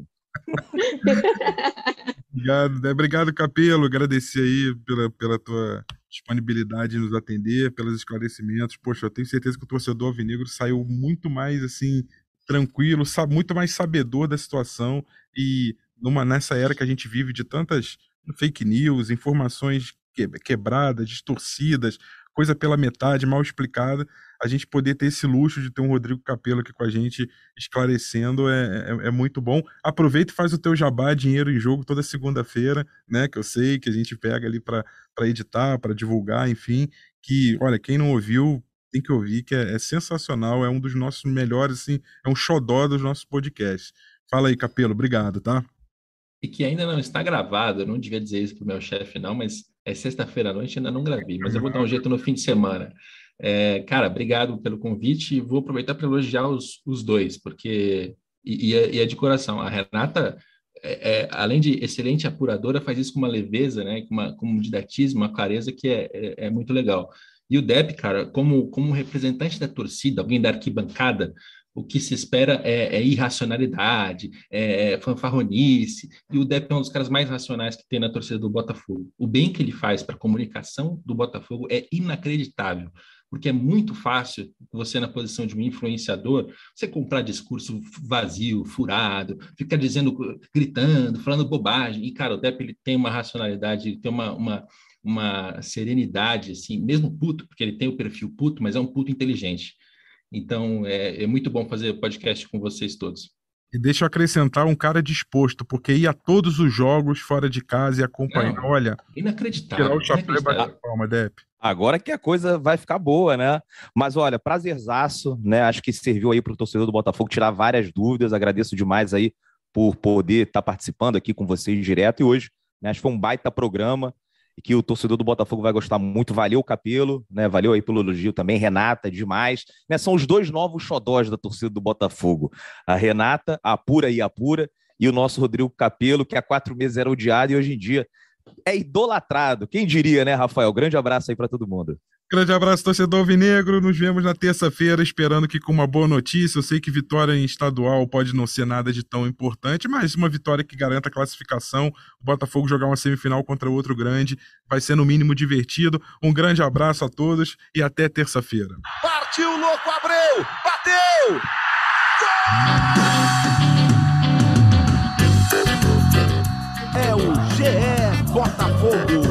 Obrigado, né? Obrigado, Capelo, agradecer aí pela, pela tua disponibilidade em nos atender, pelos esclarecimentos. Poxa, eu tenho certeza que o torcedor alvinegro saiu muito mais, assim, tranquilo, sabe, muito mais sabedor da situação, e numa, nessa era que a gente vive de tantas fake news, informações que, quebradas, distorcidas, coisa pela metade, mal explicada, a gente poder ter esse luxo de ter um Rodrigo Capelo aqui com a gente esclarecendo é, é, é muito bom. Aproveita e faz o teu jabá, dinheiro em jogo, toda segunda-feira, né, que eu sei que a gente pega ali para editar, para divulgar, enfim, que, olha, quem não ouviu, tem que ouvir, que é, é sensacional, é um dos nossos melhores, assim, é um xodó dos nossos podcasts. Fala aí, Capelo, obrigado, tá? E que ainda não está gravado, eu não devia dizer isso pro meu chefe não, mas é sexta-feira à noite, ainda não gravei, mas eu vou dar um jeito no fim de semana. É, cara, obrigado pelo convite, e vou aproveitar para elogiar os, os dois, porque, e, e, é, e é de coração, a Renata, é, é, além de excelente apuradora, faz isso com uma leveza, né, com, uma, com um didatismo, uma clareza que é, é, é muito legal. E o D E P, cara, como, como representante da torcida, alguém da arquibancada, o que se espera é, é irracionalidade, é, é fanfarronice, e o D E P é um dos caras mais racionais que tem na torcida do Botafogo. O bem que ele faz para a comunicação do Botafogo é inacreditável, porque é muito fácil você, na posição de um influenciador, você comprar discurso vazio, furado, ficar dizendo, gritando, falando bobagem, e, cara, o D E P ele tem uma racionalidade, ele tem uma... uma uma serenidade, assim, mesmo puto, porque ele tem o perfil puto, mas é um puto inteligente. Então, é, é muito bom fazer podcast com vocês todos. E deixa eu acrescentar um cara disposto, porque ia a todos os jogos fora de casa e acompanhar, Não, olha... Inacreditável. Tirar o chapéu e bater palma, D E P. Agora que a coisa vai ficar boa, né? Mas olha, prazerzaço, né? Acho que serviu aí para o torcedor do Botafogo tirar várias dúvidas. Agradeço demais aí por poder estar participando aqui com vocês direto. E hoje, né, acho que foi um baita programa e que o torcedor do Botafogo vai gostar muito. Valeu, Capelo, né? Valeu aí pelo elogio também. Renata, demais. Né? São os dois novos xodós da torcida do Botafogo. A Renata, a Apura e Apura, e o nosso Rodrigo Capelo, que há quatro meses era odiado e hoje em dia é idolatrado. Quem diria, né, Rafael? Grande abraço aí para todo mundo. Grande abraço, torcedor alvinegro. Nos vemos na terça-feira, esperando que com uma boa notícia. Eu sei que vitória em estadual pode não ser nada de tão importante, mas uma vitória que garanta a classificação. O Botafogo jogar uma semifinal contra outro grande vai ser no mínimo divertido. Um grande abraço a todos e até terça-feira. Partiu, louco, Abreu! Bateu! Gol! É o G E Botafogo.